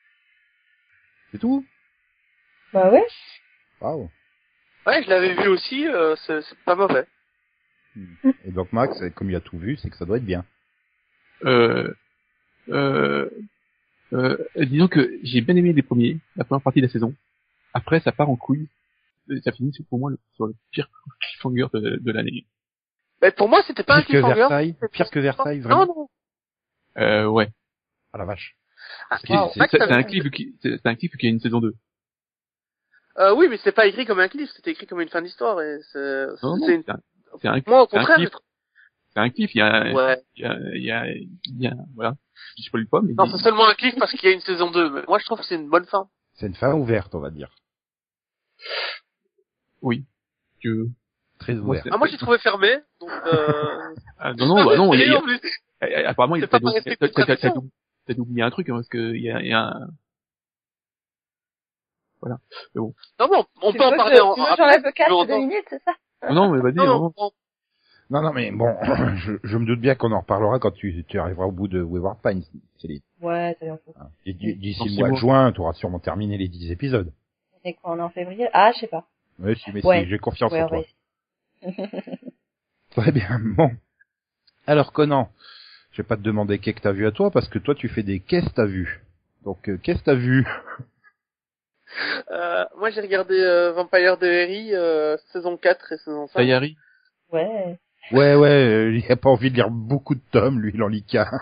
C'est tout? Bah ouais. Waouh. Ouais, je l'avais vu aussi, euh, c'est, c'est pas mauvais. Et donc, Max, comme il a tout vu, c'est que ça doit être bien. Euh, euh, euh, disons que j'ai bien aimé les premiers, la première partie de la saison. Après, ça part en couille. Euh, Ça finit sur- pour moi le- sur le pire cliffhanger de, de l'année. Mais pour moi, c'était pas un Pire que cliffhanger. Versailles? Pire que Versailles, vraiment? Non, non. Euh, ouais. Ah la vache. Ah, C'est, wow. c'est, Max, c'est t'avais- un cliff qui, c'est, c'est un cliff qui a une saison deux. Euh, oui, mais c'est pas écrit comme un cliff, c'était écrit comme une fin d'histoire et c'est, Non, non, c'est une... c'est un, c'est un, Moi, au c'est un contraire, cliff. C'est un cliff, il y a, je... ouais. il y a, il y a, il y a, voilà. Je spoil pas, mais Non, il- c'est seulement un cliff parce qu'il y a une saison deux, mais moi, je trouve que c'est une bonne fin. C'est une fin ouverte, on va dire. oui. Que, Très Moi, ouverte. c'est- Ah, moi, j'ai trouvé fermé, donc euh... ah, non, non, bah, non, il y a, il y a- en plus. Eh, eh, apparemment, il C'est t'as pas par oublié- respect t'as- de t'as- t'as- tradition. t'as- t'as oublié un truc, hein, parce que il y a, il y a un... Voilà. Mais bon. Non, bon, on Tu peut en veux parler que- en... tu veux que après, j'enlève si tu quatre veux, de on- minutes, c'est ça? Non, non, mais vas-y, Non, vraiment. non, on- Non, non, mais bon, je, je me doute bien qu'on en reparlera quand tu, tu arriveras au bout de Wayward Pines. C'est les, Ouais, ça y est, on fait. hein. Et d- D'ici Dans le six mois de mois. juin, tu auras sûrement terminé les dix épisodes. On est quoi, on est en février? Ah, je sais pas. Ouais, si, mais Ouais. si, j'ai confiance Ouais, en on va toi. essayer. Très bien, bon. Alors, Conan, je vais pas te demander qu'est-ce que t'as vu à toi, parce que toi, tu fais des qu'est-ce que t'as vu. Donc, euh, qu'est-ce que t'as vu? Euh, moi, j'ai regardé euh, Vampire Diaries, euh, saison quatre et saison cinq. Sayari. Ouais. Ouais, ouais, euh, il a pas envie de lire beaucoup de tomes, lui, il en lit qu'un.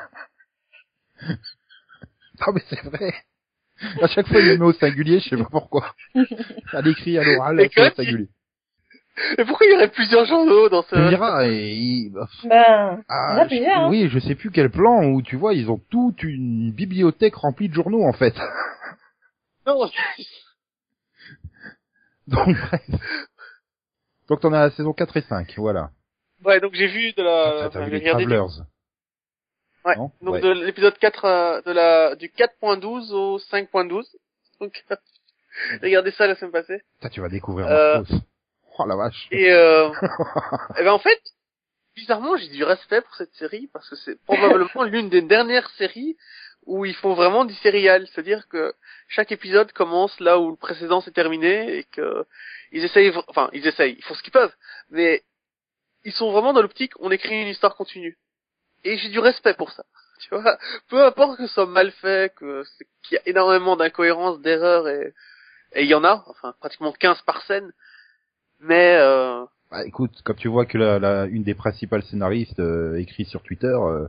Non, mais c'est vrai. À chaque fois, il le met au singulier, je sais pas pourquoi. À l'écrit, à l'oral, Mais c'est au quand même, singulier. Mais pourquoi il y aurait plusieurs journaux dans ce... Tu me diras, et il- Ben, Ah, on a je- plusieurs, hein. oui, je sais plus quel plan où tu vois, ils ont toute une bibliothèque remplie de journaux en fait. Non, Donc bref. Donc t'en as la saison quatre et cinq, voilà. ouais, donc j'ai vu de la... T'as- T'as enfin, vu j'ai les regardé du- Travelers. Ouais. Non Donc Ouais. de l'épisode quatre, euh, de la, du quatre point douze au cinq point douze. Donc, j'ai regardé ça la semaine passée. Ça, tu vas découvrir Euh, Marcos. Oh la vache. Et, euh, et ben en fait, bizarrement, j'ai du respect pour cette série parce que c'est probablement l'une des dernières séries où ils font vraiment du serial, c'est-à-dire que chaque épisode commence là où le précédent s'est terminé et que ils essayent, enfin ils essayent, ils font ce qu'ils peuvent, mais ils sont vraiment dans l'optique, on écrit une histoire continue. Et j'ai du respect pour ça. Tu vois, peu importe que ce soit mal fait, que c'est, qu'il y a énormément d'incohérences, d'erreurs et et il y en a, enfin pratiquement quinze par scène. Mais euh... bah, écoute, quand tu vois que la, la une des principales scénaristes euh, écrit sur Twitter, euh...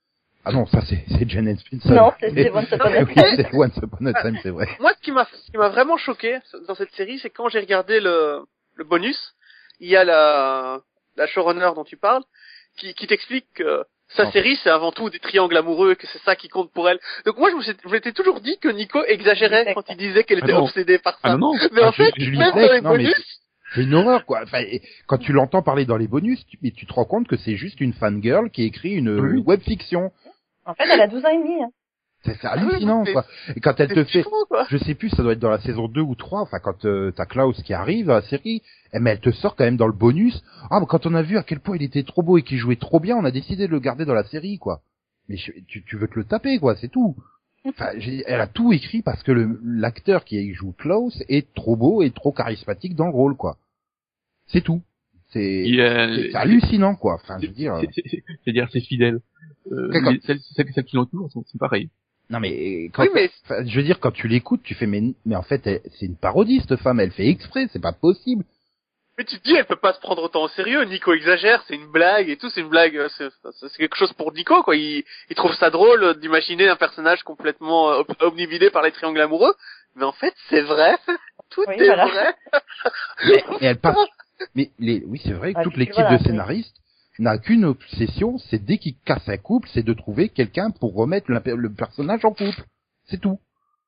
ah non, ça c'est c'est Jen Spinson. Non, c'est c'est Once Upon a Oui, Time. c'est Once Upon a Time, c'est vrai. Moi, ce qui m'a, ce qui m'a vraiment choqué dans cette série, c'est quand j'ai regardé le, le bonus, il y a la, la showrunner dont tu parles, qui, qui t'explique que sa Oh. série, c'est avant tout des triangles amoureux, que c'est ça qui compte pour elle. Donc moi, je me suis, je m'étais toujours dit que Nico exagérait Exact. quand il disait qu'elle Ah était non. obsédée par ça. Ah non, non. Mais Ah, en fait, je- je même lisais, dans les non, mais bonus, C'est une horreur, quoi. Enfin, et quand tu l'entends parler dans les bonus, tu, mais tu te rends compte que c'est juste une fangirl qui écrit une Oui. webfiction. En fait, elle a douze ans et demi. Hein. C'est c'est hallucinant, mais quoi. Et quand elle te c'est fait, fou, quoi. je sais plus, ça doit être dans la saison deux ou trois, enfin, quand euh, t'as Klaus qui arrive dans la série, eh, mais elle te sort quand même dans le bonus. Ah, mais quand on a vu à quel point il était trop beau et qu'il jouait trop bien, on a décidé de le garder dans la série, quoi. Mais je- tu, tu veux te le taper, quoi, c'est tout. Enfin, j'ai- elle a tout écrit parce que le, l'acteur qui joue Klaus est trop beau et trop charismatique dans le rôle, quoi. C'est tout. C'est, Il, euh, c'est hallucinant, quoi. Enfin, je veux dire. c'est- c'est- c'est- C'est-à-dire, c'est fidèle. Euh, D'accord. les- celles, celles, celles qui l'entourent sont, sont pareilles. Non mais quand, Oui, mais- enfin, je veux dire quand tu l'écoutes, tu fais mais mais en fait elle- c'est une parodie cette femme, elle fait exprès, c'est pas possible. Mais tu te dis, elle peut pas se prendre autant au sérieux. Nico exagère, c'est une blague et tout, c'est une blague, euh, c'est, c'est quelque chose pour Nico, quoi. Il, il trouve ça drôle euh, d'imaginer un personnage complètement euh, ob- omnibulé par les triangles amoureux. Mais en fait, c'est vrai. Tout Oui, est voilà. vrai. Mais, mais elle passe. Mais les, oui c'est vrai que Ah, toute tu l'équipe vois, de oui. scénaristes n'a qu'une obsession, c'est dès qu'ils cassent un couple, c'est de trouver quelqu'un pour remettre le, le personnage en couple. C'est tout.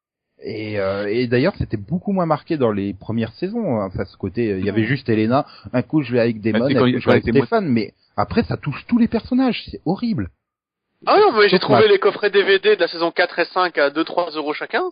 Et, euh, et d'ailleurs, c'était beaucoup moins marqué dans les premières saisons. hein. Enfin, ce côté, euh, il y avait juste Elena. Un coup, je vais avec Damon, Ah, c'est un quand coup, il- je vais avec quand il était Stéphane. Mais après, ça touche tous les personnages. C'est horrible. Ah non, mais j'ai Sauf trouvé ma- les coffrets D V D de la saison quatre et cinq à deux trois euros chacun.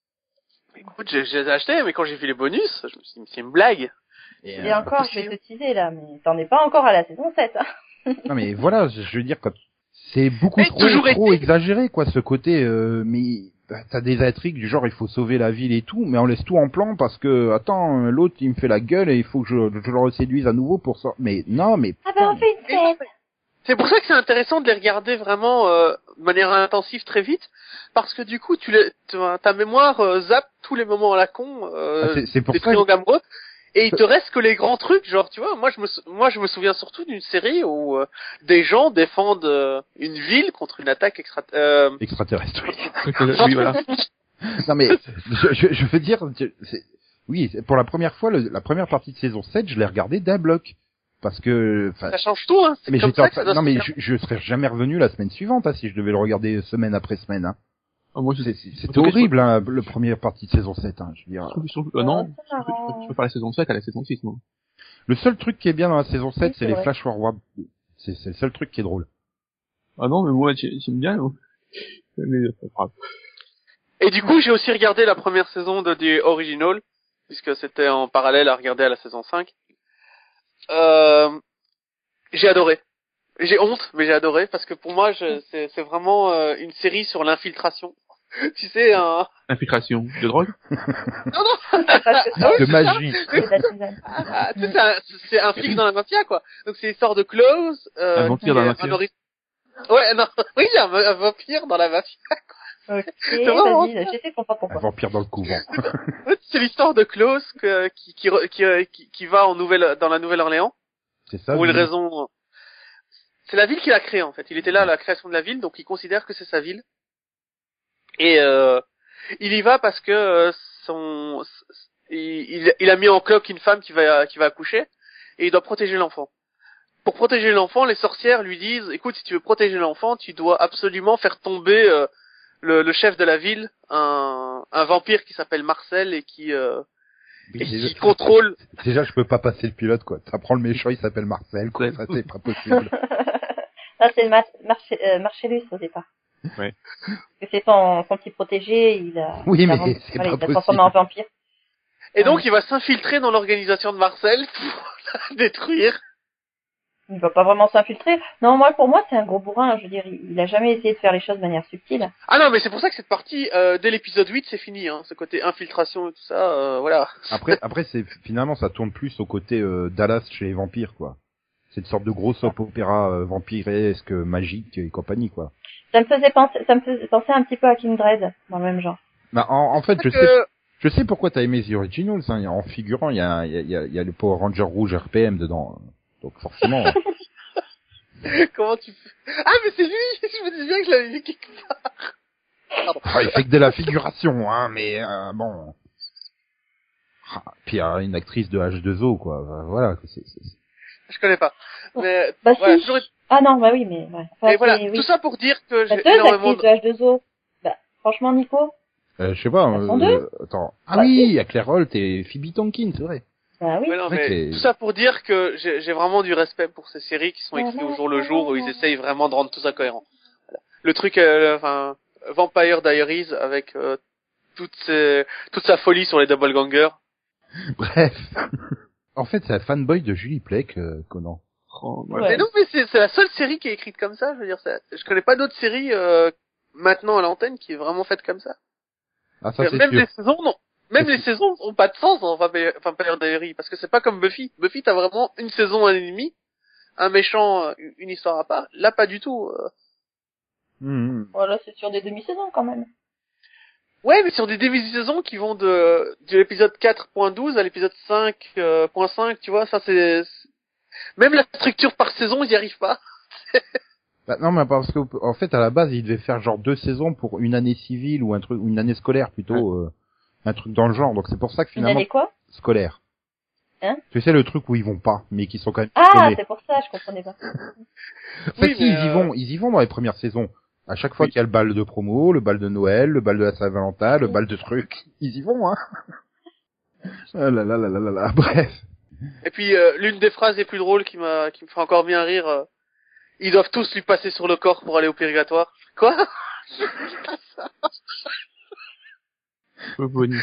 Écoute, j'ai, je les ai achetés, mais quand j'ai vu les bonus, je me suis dit, mais c'est une blague. Et, Et euh, encore, je vais te teaser là, mais t'en es pas encore à la saison sept. Hein. Non mais voilà, je je veux dire quand c'est beaucoup Mais trop toujours trop est-il- exagéré quoi ce côté euh, mais bah, t'as des intrigues du genre il faut sauver la ville et tout, mais on laisse tout en plan parce que attends l'autre il me fait la gueule et il faut que je, je le reséduise à nouveau pour ça. Mais non mais Ah ben on fait une Et fête. C'est pour ça que c'est intéressant de les regarder vraiment euh, de manière intensive très vite, parce que du coup, tu les, tu- ta mémoire euh, zappe tous les moments à la con euh, ah, c'est c'est pour des ça que- triangles amoureux, et il te reste que les grands trucs, genre tu vois, moi je me sou- moi je me souviens surtout d'une série où euh, des gens défendent euh, une ville contre une attaque extra euh, extraterrestre. Oui. Oui, voilà. Non mais je, je, je veux dire je- c'est- oui, c'est- pour la première fois le- la première partie de saison sept, je l'ai regardée d'un bloc parce que enfin ça change tout, hein. C'est mais comme j'étais ça en que ça train- doit non se mais faire. je, je serais jamais revenu la semaine suivante hein, si je devais le regarder semaine après semaine hein. Ah, moi, je, C'est- en C'était tout cas, horrible, hein, le première partie de saison sept, hein, je veux dire. Je trouve, je trouve- euh, non, Oh, c'est je, peux- marrant. je peux faire la saison sept à la saison six, moi. Le seul truc qui est bien dans la saison sept, Oui, c'est c'est les vrai. flash forward. C'est, c'est le seul truc qui est drôle. Ah non, mais moi, j'ai- j'aime bien, non. Mais, euh, c'est pas grave. Et du coup, j'ai aussi regardé la première saison de The Original, puisque c'était en parallèle à regarder à la saison cinq. Euh, j'ai adoré. J'ai honte, mais j'ai adoré, parce que pour moi, je, c'est, c'est vraiment euh, une série sur l'infiltration. Tu sais, un... Infiltration de drogue. De magie. C'est de la tisane. Ah, tu sais, c'est un, c'est un flic dans la mafia, quoi. Donc c'est l'histoire de Klaus. Euh, Un vampire dans la qui est mafia. un ori- Ouais, non, oui, un, un vampire dans la mafia. Ok, vraiment vas-y, j'essaie de comprendre Un pourquoi. vampire dans le couvent. C'est l'histoire de Klaus que, qui, qui, re- qui, euh, qui, qui va en Nouvelle, dans la Nouvelle-Orléans. C'est ça. Pour une oui. raison. C'est la ville qu'il a créée, en fait. Il était là à la création de la ville, donc il considère que c'est sa ville. Et euh, il y va parce que euh, son, il, il a mis en cloque une femme qui va, qui va accoucher, et il doit protéger l'enfant. Pour protéger l'enfant, les sorcières lui disent, écoute, si tu veux protéger l'enfant, tu dois absolument faire tomber euh, le, le chef de la ville, un, un vampire qui s'appelle Marcel et qui, euh, Oui, et qui déjà, contrôle. déjà, je peux pas passer le pilote, quoi. T'apprends le méchant, il s'appelle Marcel, quoi. Ouais. Ça, c'est pas possible. Ah, c'est Mar Marche- euh, Marcellus au départ. Ouais. Parce que c'est son, son petit protégé, il a, Oui, il a mais rendu- c'est voilà, pas il l'a transformé en vampire. Et donc, Ouais. il va s'infiltrer dans l'organisation de Marcel pour la détruire. Il va pas vraiment s'infiltrer. Non, moi, pour moi, c'est un gros bourrin. Je veux dire, il, il a jamais essayé de faire les choses de manière subtile. Ah non, mais c'est pour ça que cette partie, euh, dès l'épisode huit, c'est fini, hein. Ce côté infiltration et tout ça, euh, voilà. Après, après, c'est, finalement, ça tourne plus au côté, euh, Dallas chez les vampires, quoi. Cette sorte de gros soap opéra euh, vampiresque, magique et compagnie, quoi. Ça me faisait penser, ça me faisait penser un petit peu à Kindred, dans le même genre. Bah, en, en fait, je que- sais, je sais pourquoi t'as aimé The Originals, hein. En figurant, il y a, il y a, il y a, il y a le Power Ranger rouge R P M dedans. Donc, forcément. Comment tu fais... Ah, mais c'est lui! Je me dis bien que je l'avais vu quelque part. Pardon. Ah, il fait que de la figuration, hein, mais, euh, bon. Ah, puis, il y a une actrice de H deux O, quoi. Voilà, c'est, c'est, c'est... Je connais pas. Mais, Bah voilà, si. toujours... Ah non, bah oui, mais ouais. Enfin, Et voilà, c'est- oui. tout ça pour dire que Bah, j'ai deux énormément actrices de... de H deux O. Bah, franchement, Nico. Euh, je sais pas, Elles sont euh, attends. Ah Bah, oui, si. il y a Claire Holt et Phoebe Tonkin, c'est vrai. Bah oui. Ouais, non, C'est vrai mais que c'est- tout ça pour dire que j'ai j'ai vraiment du respect pour ces séries qui sont écrites au jour le jour où ils essayent vraiment de rendre tout ça cohérent. Voilà. Le truc, euh, enfin, Vampire Diaries avec euh, toute, ces, toute sa folie sur les double gangers. Bref. En fait, c'est un fanboy de Julie Plec, euh, Conan. Oh, voilà. Ouais. Mais non, mais c'est c'est la seule série qui est écrite comme ça. Je veux dire, ça, je connais pas d'autres séries euh, maintenant à l'antenne qui est vraiment faite comme ça. Ah, ça, c'est Même sûr. les saisons, non. Même C'est les saisons ont pas de sens dans Vampire Vampire Diaries parce que c'est pas comme Buffy. Buffy, t'as vraiment une saison, un ennemi, un méchant, euh, une histoire à part. Là, pas du tout. euh. Mmh. Voilà, c'est sur des demi-saisons quand même. Ouais, mais sur des demi-saisons qui vont de, de l'épisode quatre point douze à l'épisode cinq point cinq, tu vois, ça c'est... c'est- Même la structure par saison, ils y arrivent pas. Bah, non, mais parce que, en fait, à la base, il devait faire genre deux saisons pour une année civile ou un truc, ou une année scolaire plutôt, euh, un truc dans le genre. Donc c'est pour ça que Une finalement, année quoi? scolaire. Hein? Tu sais, le truc où ils vont pas, mais qui sont quand même Ah, diplômés. c'est pour ça, je comprenais pas. En fait, Oui, si, mais, ils y euh, vont, ils y vont dans les premières saisons. À chaque fois Oui. qu'il y a le bal de promo, le bal de Noël, le bal de la Saint-Valentin, le Oui. bal de trucs, ils y vont, hein. Ah là là là là là là, bref. Et puis, euh, l'une des phrases les plus drôles qui m'a, qui me fait encore bien rire, euh, ils doivent tous lui passer sur le corps pour aller au purgatoire. Quoi? Peu bonus.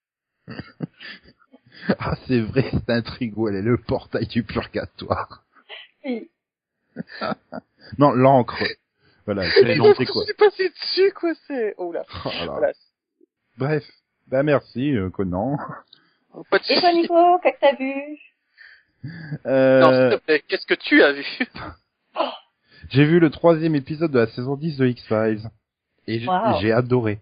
Ah, c'est vrai, c'est un trigo, elle est le portail du purgatoire. Oui. Non, l'encre. Voilà, Mais c'est Ils non, doivent c'est tous quoi. lui passer dessus, quoi, c'est... Oh là. Oh là. Voilà. Bref. Bah, merci, euh, Conan. Pas de Et toi, soucis. Nico, qu'est-ce que t'as vu? Euh, Non, s'il te plaît, qu'est-ce que tu as vu? j'ai vu le troisième épisode de la saison dix de X-Files. Et j'- Wow. j'ai adoré.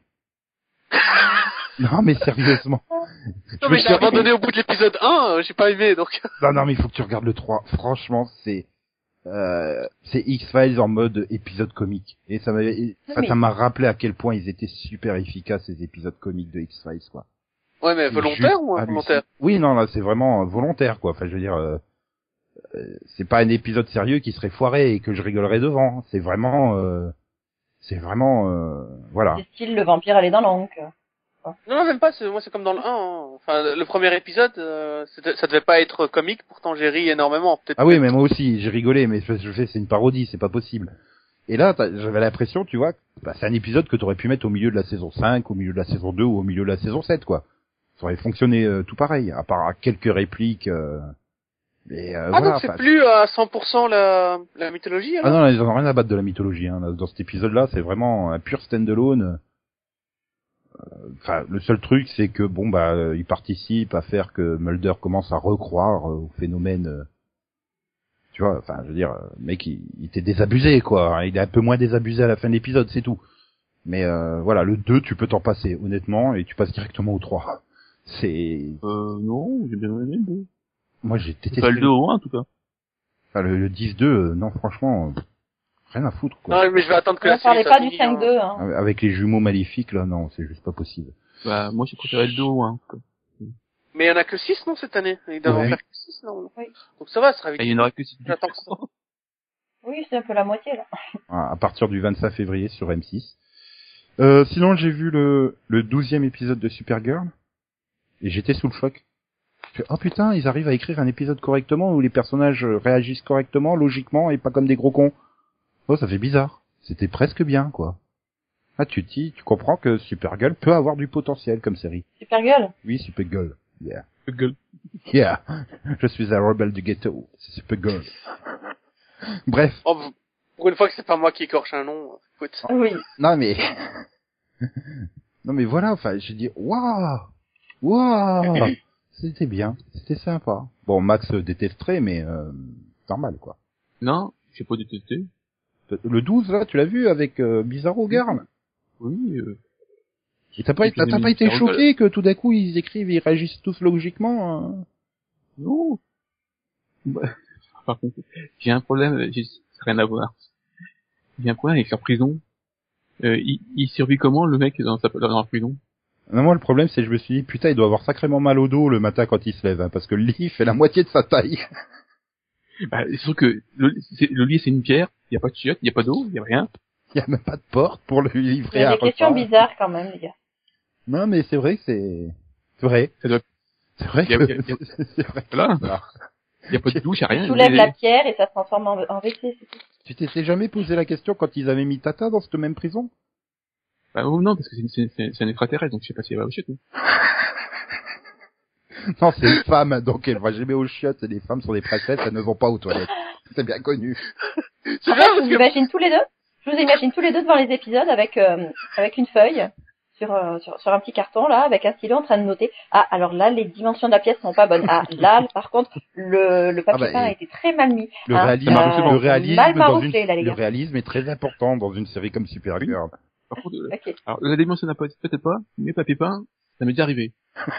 Non, mais sérieusement. Non, Je me mais suis j'ai abandonné au bout de l'épisode un, euh, j'ai pas aimé, donc... Non, non, mais il faut que tu regardes le trois. Franchement, c'est, euh, c'est X-Files en mode épisode comique. Et ça m'a, enfin, Oui. ça m'a rappelé à quel point ils étaient super efficaces, ces épisodes comiques de X-Files, quoi. Ouais, mais C'est volontaire juste ou hallucinant. involontaire? Oui, non, là, c'est vraiment euh, volontaire, quoi. Enfin, je veux dire, euh, euh, c'est pas un épisode sérieux qui serait foiré et que je rigolerais devant. C'est vraiment, euh, c'est vraiment, euh, voilà. C'est style le vampire aller dans l'encre. Non, non, même pas, c'est, moi c'est comme dans le un, hein. Enfin, le premier épisode, euh, c'était- ça devait pas être comique, pourtant j'ai ri énormément. Peut-être Ah oui, même- mais moi aussi, j'ai rigolé, mais je fais, c'est une parodie, c'est pas possible. Et là, t'as- j'avais l'impression, tu vois, bah, c'est un épisode que t'aurais pu mettre au milieu de la saison cinq, au milieu de la saison deux ou au milieu de la saison sept, quoi. Ça aurait fonctionné euh, tout pareil, à part quelques répliques. Euh... Mais, euh, Ah, voilà, donc c'est enfin, plus à cent pour cent la, la mythologie, Ah alors? non, ils en ont rien à battre de la mythologie. Hein. Dans cet épisode-là, c'est vraiment un pur stand-alone. Enfin, le seul truc, c'est que bon, bah, euh, il participe à faire que Mulder commence à recroire euh, au phénomène. euh, tu vois, enfin, je veux dire, euh, le mec, il, il était désabusé, quoi. Hein. Il est un peu moins désabusé à la fin de l'épisode, c'est tout. Mais euh, voilà, le deux, tu peux t'en passer, honnêtement, et tu passes directement au trois. C'est... Euh, non, j'ai bien aimé le deux. Moi, j'ai détesté... Pas le deux au un, en tout cas. Enfin, le, le dix deux, euh, non, franchement, euh, rien à foutre, quoi. Non, mais je vais attendre que On la ne parlait série pas soit du finie, cinq hein. deux, hein. Avec les jumeaux maléfiques, là, non, c'est juste pas possible. Bah, moi, j'ai préféré le deux au un, en tout cas. Mais il y en a que six, non, cette année? Il doivent en Ouais. faire que six, non? Oui. Donc ça va, ça sera vite. Ah, il y en aura que si J'attends que ça. Oui, c'est un peu la moitié, là. À à partir du vingt-cinq février sur M six. Euh, sinon, j'ai vu le, le douzième épisode de Supergirl, et j'étais sous le choc. Je fais, oh putain, ils arrivent à écrire un épisode correctement, où les personnages euh, réagissent correctement, logiquement, et pas comme des gros cons. Oh, ça fait bizarre. C'était presque bien, quoi. Ah, tu t'y, tu comprends que Supergirl peut avoir du potentiel comme série. Super gueule. Oui, Supergirl. Yeah. gueule. Yeah. Je suis un rebelle du ghetto. C'est Supergirl. Bref. Oh, pour une fois que c'est pas moi qui écorche un nom, écoute. Oui. Non, mais... non, mais voilà, enfin, j'ai dit, waouh! Waouh! C'était bien. C'était sympa. Bon, Max détesterait, mais, euh, normal, quoi. Non, j'ai pas détesté. Le douze, là, tu l'as vu avec euh, Bizarro Girl? Oui, euh... Et t'as pas, t'as, t'as pas été choqué que tout d'un coup ils écrivent, ils réagissent tous logiquement hein? Non. Bah, par contre, j'ai un problème, j'ai rien à voir. J'ai un problème avec leur prison. Euh, il, il survit comment, le mec, dans sa, dans la prison? Non, moi, le problème, c'est que je me suis dit, putain, il doit avoir sacrément mal au dos le matin quand il se lève, hein, parce que le lit fait la moitié de sa taille. Bah, c'est sûr que le, c'est, le lit, c'est une pierre, il y a pas de chiottes, il y a pas d'eau, il y a rien. Il y a même pas de porte pour le livrer. Il y a un des questions repas. bizarres quand même, les gars. Non, mais c'est vrai que c'est, c'est vrai. Ça doit... C'est vrai Il y a- que, il y a- il y a- c'est vrai. Voilà. Voilà. Il y a pas de douche, il y a rien. Tu soulèves Les- la pierre et ça se transforme en, en W C, c'est tout. Tu t'étais jamais posé la question quand ils avaient mis Tata dans cette même prison? Bah, oh, non, parce que c'est, c'est, c'est, c'est un extraterrestre, donc je sais pas s'il va au chiottes. Non, c'est une femme, donc elle va jamais aux chiottes, et les femmes sont des princesses, elles ne vont pas aux toilettes. C'est bien connu. C'est En bien fait, je parce vous que... imagine tous les deux. Je vous imagine tous les deux devant les épisodes avec euh, avec une feuille sur, euh, sur sur un petit carton là, avec un stylo en train de noter. Ah, alors là, les dimensions de la pièce sont pas bonnes. Ah, là, par contre, le le papier Ah bah, peint a et- été très mal mis. Le Hein, réalisme, euh, le réalisme mal dans marouflé, une, là, les le gars. réalisme est très important dans une série comme Supergirl. Par contre, euh, Ok. alors, la dimension n'a pas, peut-être pas, mais papier peint, ça m'est déjà arrivé.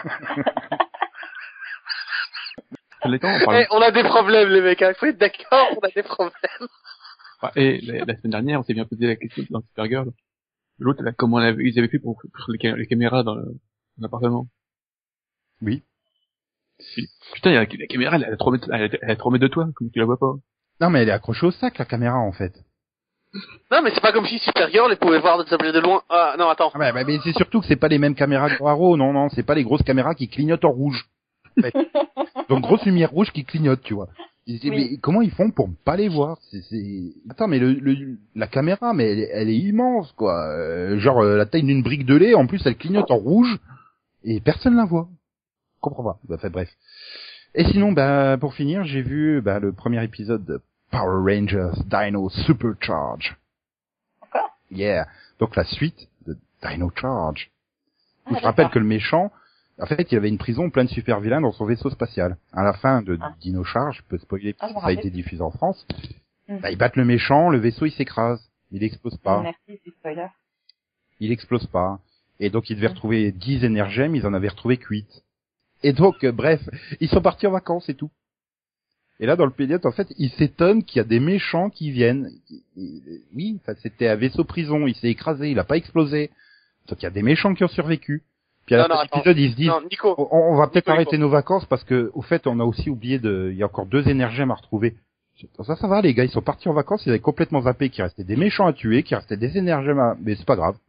Ça l'est temps, on parle. Eh, on a des problèmes, les mecs, hein. Faut être d'accord, on a des problèmes. Ah, et la, la semaine dernière, on s'est bien posé la question dans Supergirl. L'autre, là, comment on avait, ils avaient fait pour, pour les, ca- les caméras dans le- dans l'appartement. Oui. Putain, il y a la, la caméra, elle est à trois mètres, elle est à trois mètres de toi, comme tu la vois pas. Non, mais elle est accrochée au sac, la caméra, en fait. Non, mais c'est pas comme si Supergirl, elle pouvait voir des objets de loin. Ah, non, attends. Ah bah, bah, mais c'est surtout que c'est pas les mêmes caméras que Arrow, non, non, c'est pas les grosses caméras qui clignotent en rouge. En fait. Donc, grosse lumière rouge qui clignote, tu vois. Et c'est- Oui. Mais comment ils font pour pas les voir? C'est, c'est... Attends, mais le, le, la caméra, mais elle, est- elle est immense, quoi. Euh, genre, euh, la taille d'une brique de lait, en plus, elle clignote en rouge, et personne la voit. Je comprends pas. Bah, fait, bref. Et sinon, bah, pour finir, j'ai vu, bah, le premier épisode de Power Rangers Dino Supercharge. Encore? Yeah. Donc, la suite de Dino Charge. Ah, Je d'accord. rappelle que le méchant, en fait, il y avait une prison pleine de super vilains dans son vaisseau spatial. À la fin de Ah. Dino Charge, je peux spoiler Ah, parce je que me ça a été rappelle. diffusé en France, Mm. bah, ils battent le méchant, le vaisseau il s'écrase. Il explose pas. Merci, c'est spoiler. Il explose pas. Et donc, ils devaient Mm. retrouver dix énergèmes, ils en avaient retrouvé que huit. Et donc, euh, bref, ils sont partis en vacances et tout. Et là, dans le pilote, en fait, ils s'étonnent qu'il y a des méchants qui viennent. Et- oui, enfin, c'était un vaisseau prison, il s'est écrasé, il a pas explosé. Donc, il y a des méchants qui ont survécu. Puis à Non, la non, fin de attends. l'épisode, ils se disent, Non, Nico. on, on va peut-être Nico, arrêter Nico. nos vacances parce que, au fait, on a aussi oublié de, il y a encore deux énergèmes à retrouver. Ça, ça va, les gars, ils sont partis en vacances, ils avaient complètement zappé qu'il restait des méchants à tuer, qu'il restait des énergèmes à, mais c'est pas grave.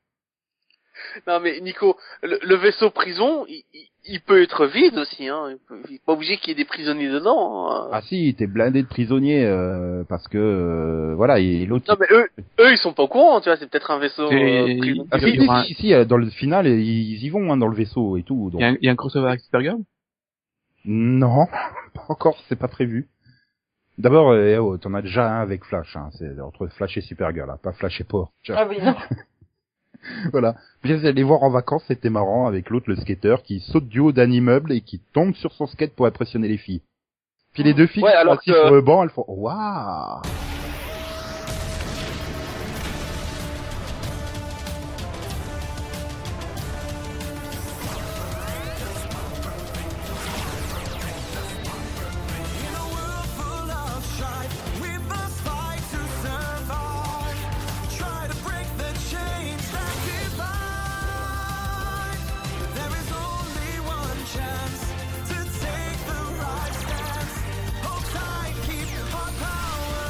Non, mais Nico, le, le vaisseau prison, il, il, il peut être vide aussi, hein. Il, peut, il est pas obligé qu'il y ait des prisonniers dedans. Hein. Ah si, t'es blindé de prisonniers, euh, parce que, euh, voilà, et l'autre... Non, mais eux, eux, ils sont pas au courant, tu vois. C'est peut-être un vaisseau Et- euh, prison. Ah, il si, y aura si, si, si, euh, dans le final, ils y vont, hein, dans le vaisseau et tout, donc... Il y a un, il y a un crossover avec Supergirl? Non, pas encore, c'est pas prévu. D'abord, euh, oh, t'en as déjà un avec Flash, hein, c'est entre Flash et Supergirl, hein, pas Flash et Power. Ah oui, non. Voilà. Puis vous allez les voir en vacances, c'était marrant, avec l'autre, le skateur, qui saute du haut d'un immeuble et qui tombe sur son skate pour impressionner les filles. Puis les deux filles Ouais, qui sont alors assises que- sur le banc, elles font « Waouh !» In a world full of strife, we must fight to survive. Try to break the chains that divide. There is only one chance to take the right stance. Hold tight, keep our power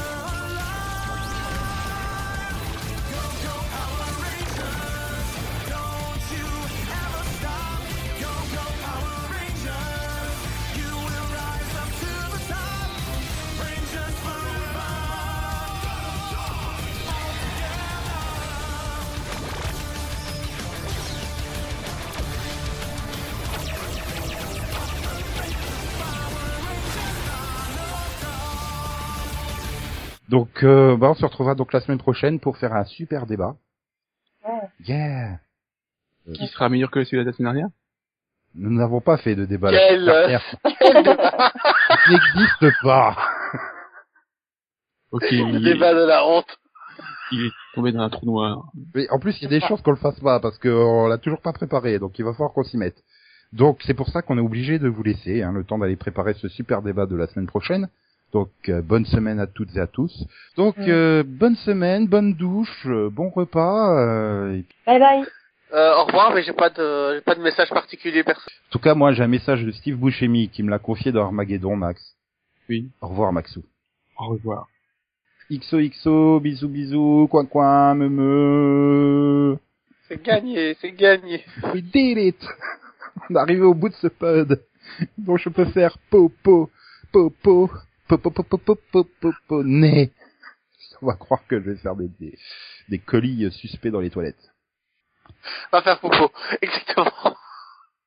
alive. Go, go, Power Rangers. Don't you ever stop. Go, go, Power Rangers. You will rise up to the top. Rangers forever. Donc, euh, bah, on se retrouvera donc la semaine prochaine pour faire un super débat. Ouais. Yeah. Qui sera meilleur que celui de la semaine dernière? Nous n'avons pas fait de débat Quel, la euh, semaine dernière. Quel débat. Ça n'existe pas. Ok, Le il, débat de la honte. il est tombé dans un trou noir. Mais en plus, il y a des chances qu'on le fasse pas parce qu'on l'a toujours pas préparé, donc il va falloir qu'on s'y mette. Donc c'est pour ça qu'on est obligé de vous laisser hein, le temps d'aller préparer ce super débat de la semaine prochaine. Donc euh, bonne semaine à toutes et à tous. Donc Mm. euh, bonne semaine, bonne douche, euh, bon repas. Euh, et... Bye bye. Euh, au revoir, mais j'ai pas de, j'ai pas de message particulier perso. En tout cas, moi j'ai un message de Steve Buscemi qui me l'a confié dans Armageddon, Max. Oui. Au revoir, Maxou. Au revoir. X O X O, bisous bisous, coin coin, me me. C'est gagné, c'est gagné. We did it. On est arrivé au bout de ce pod. Donc je peux faire po po po po po po po po po po po po né. On va croire que je vais faire des des, des colis suspects dans les toilettes. Va faire popo. Exactement.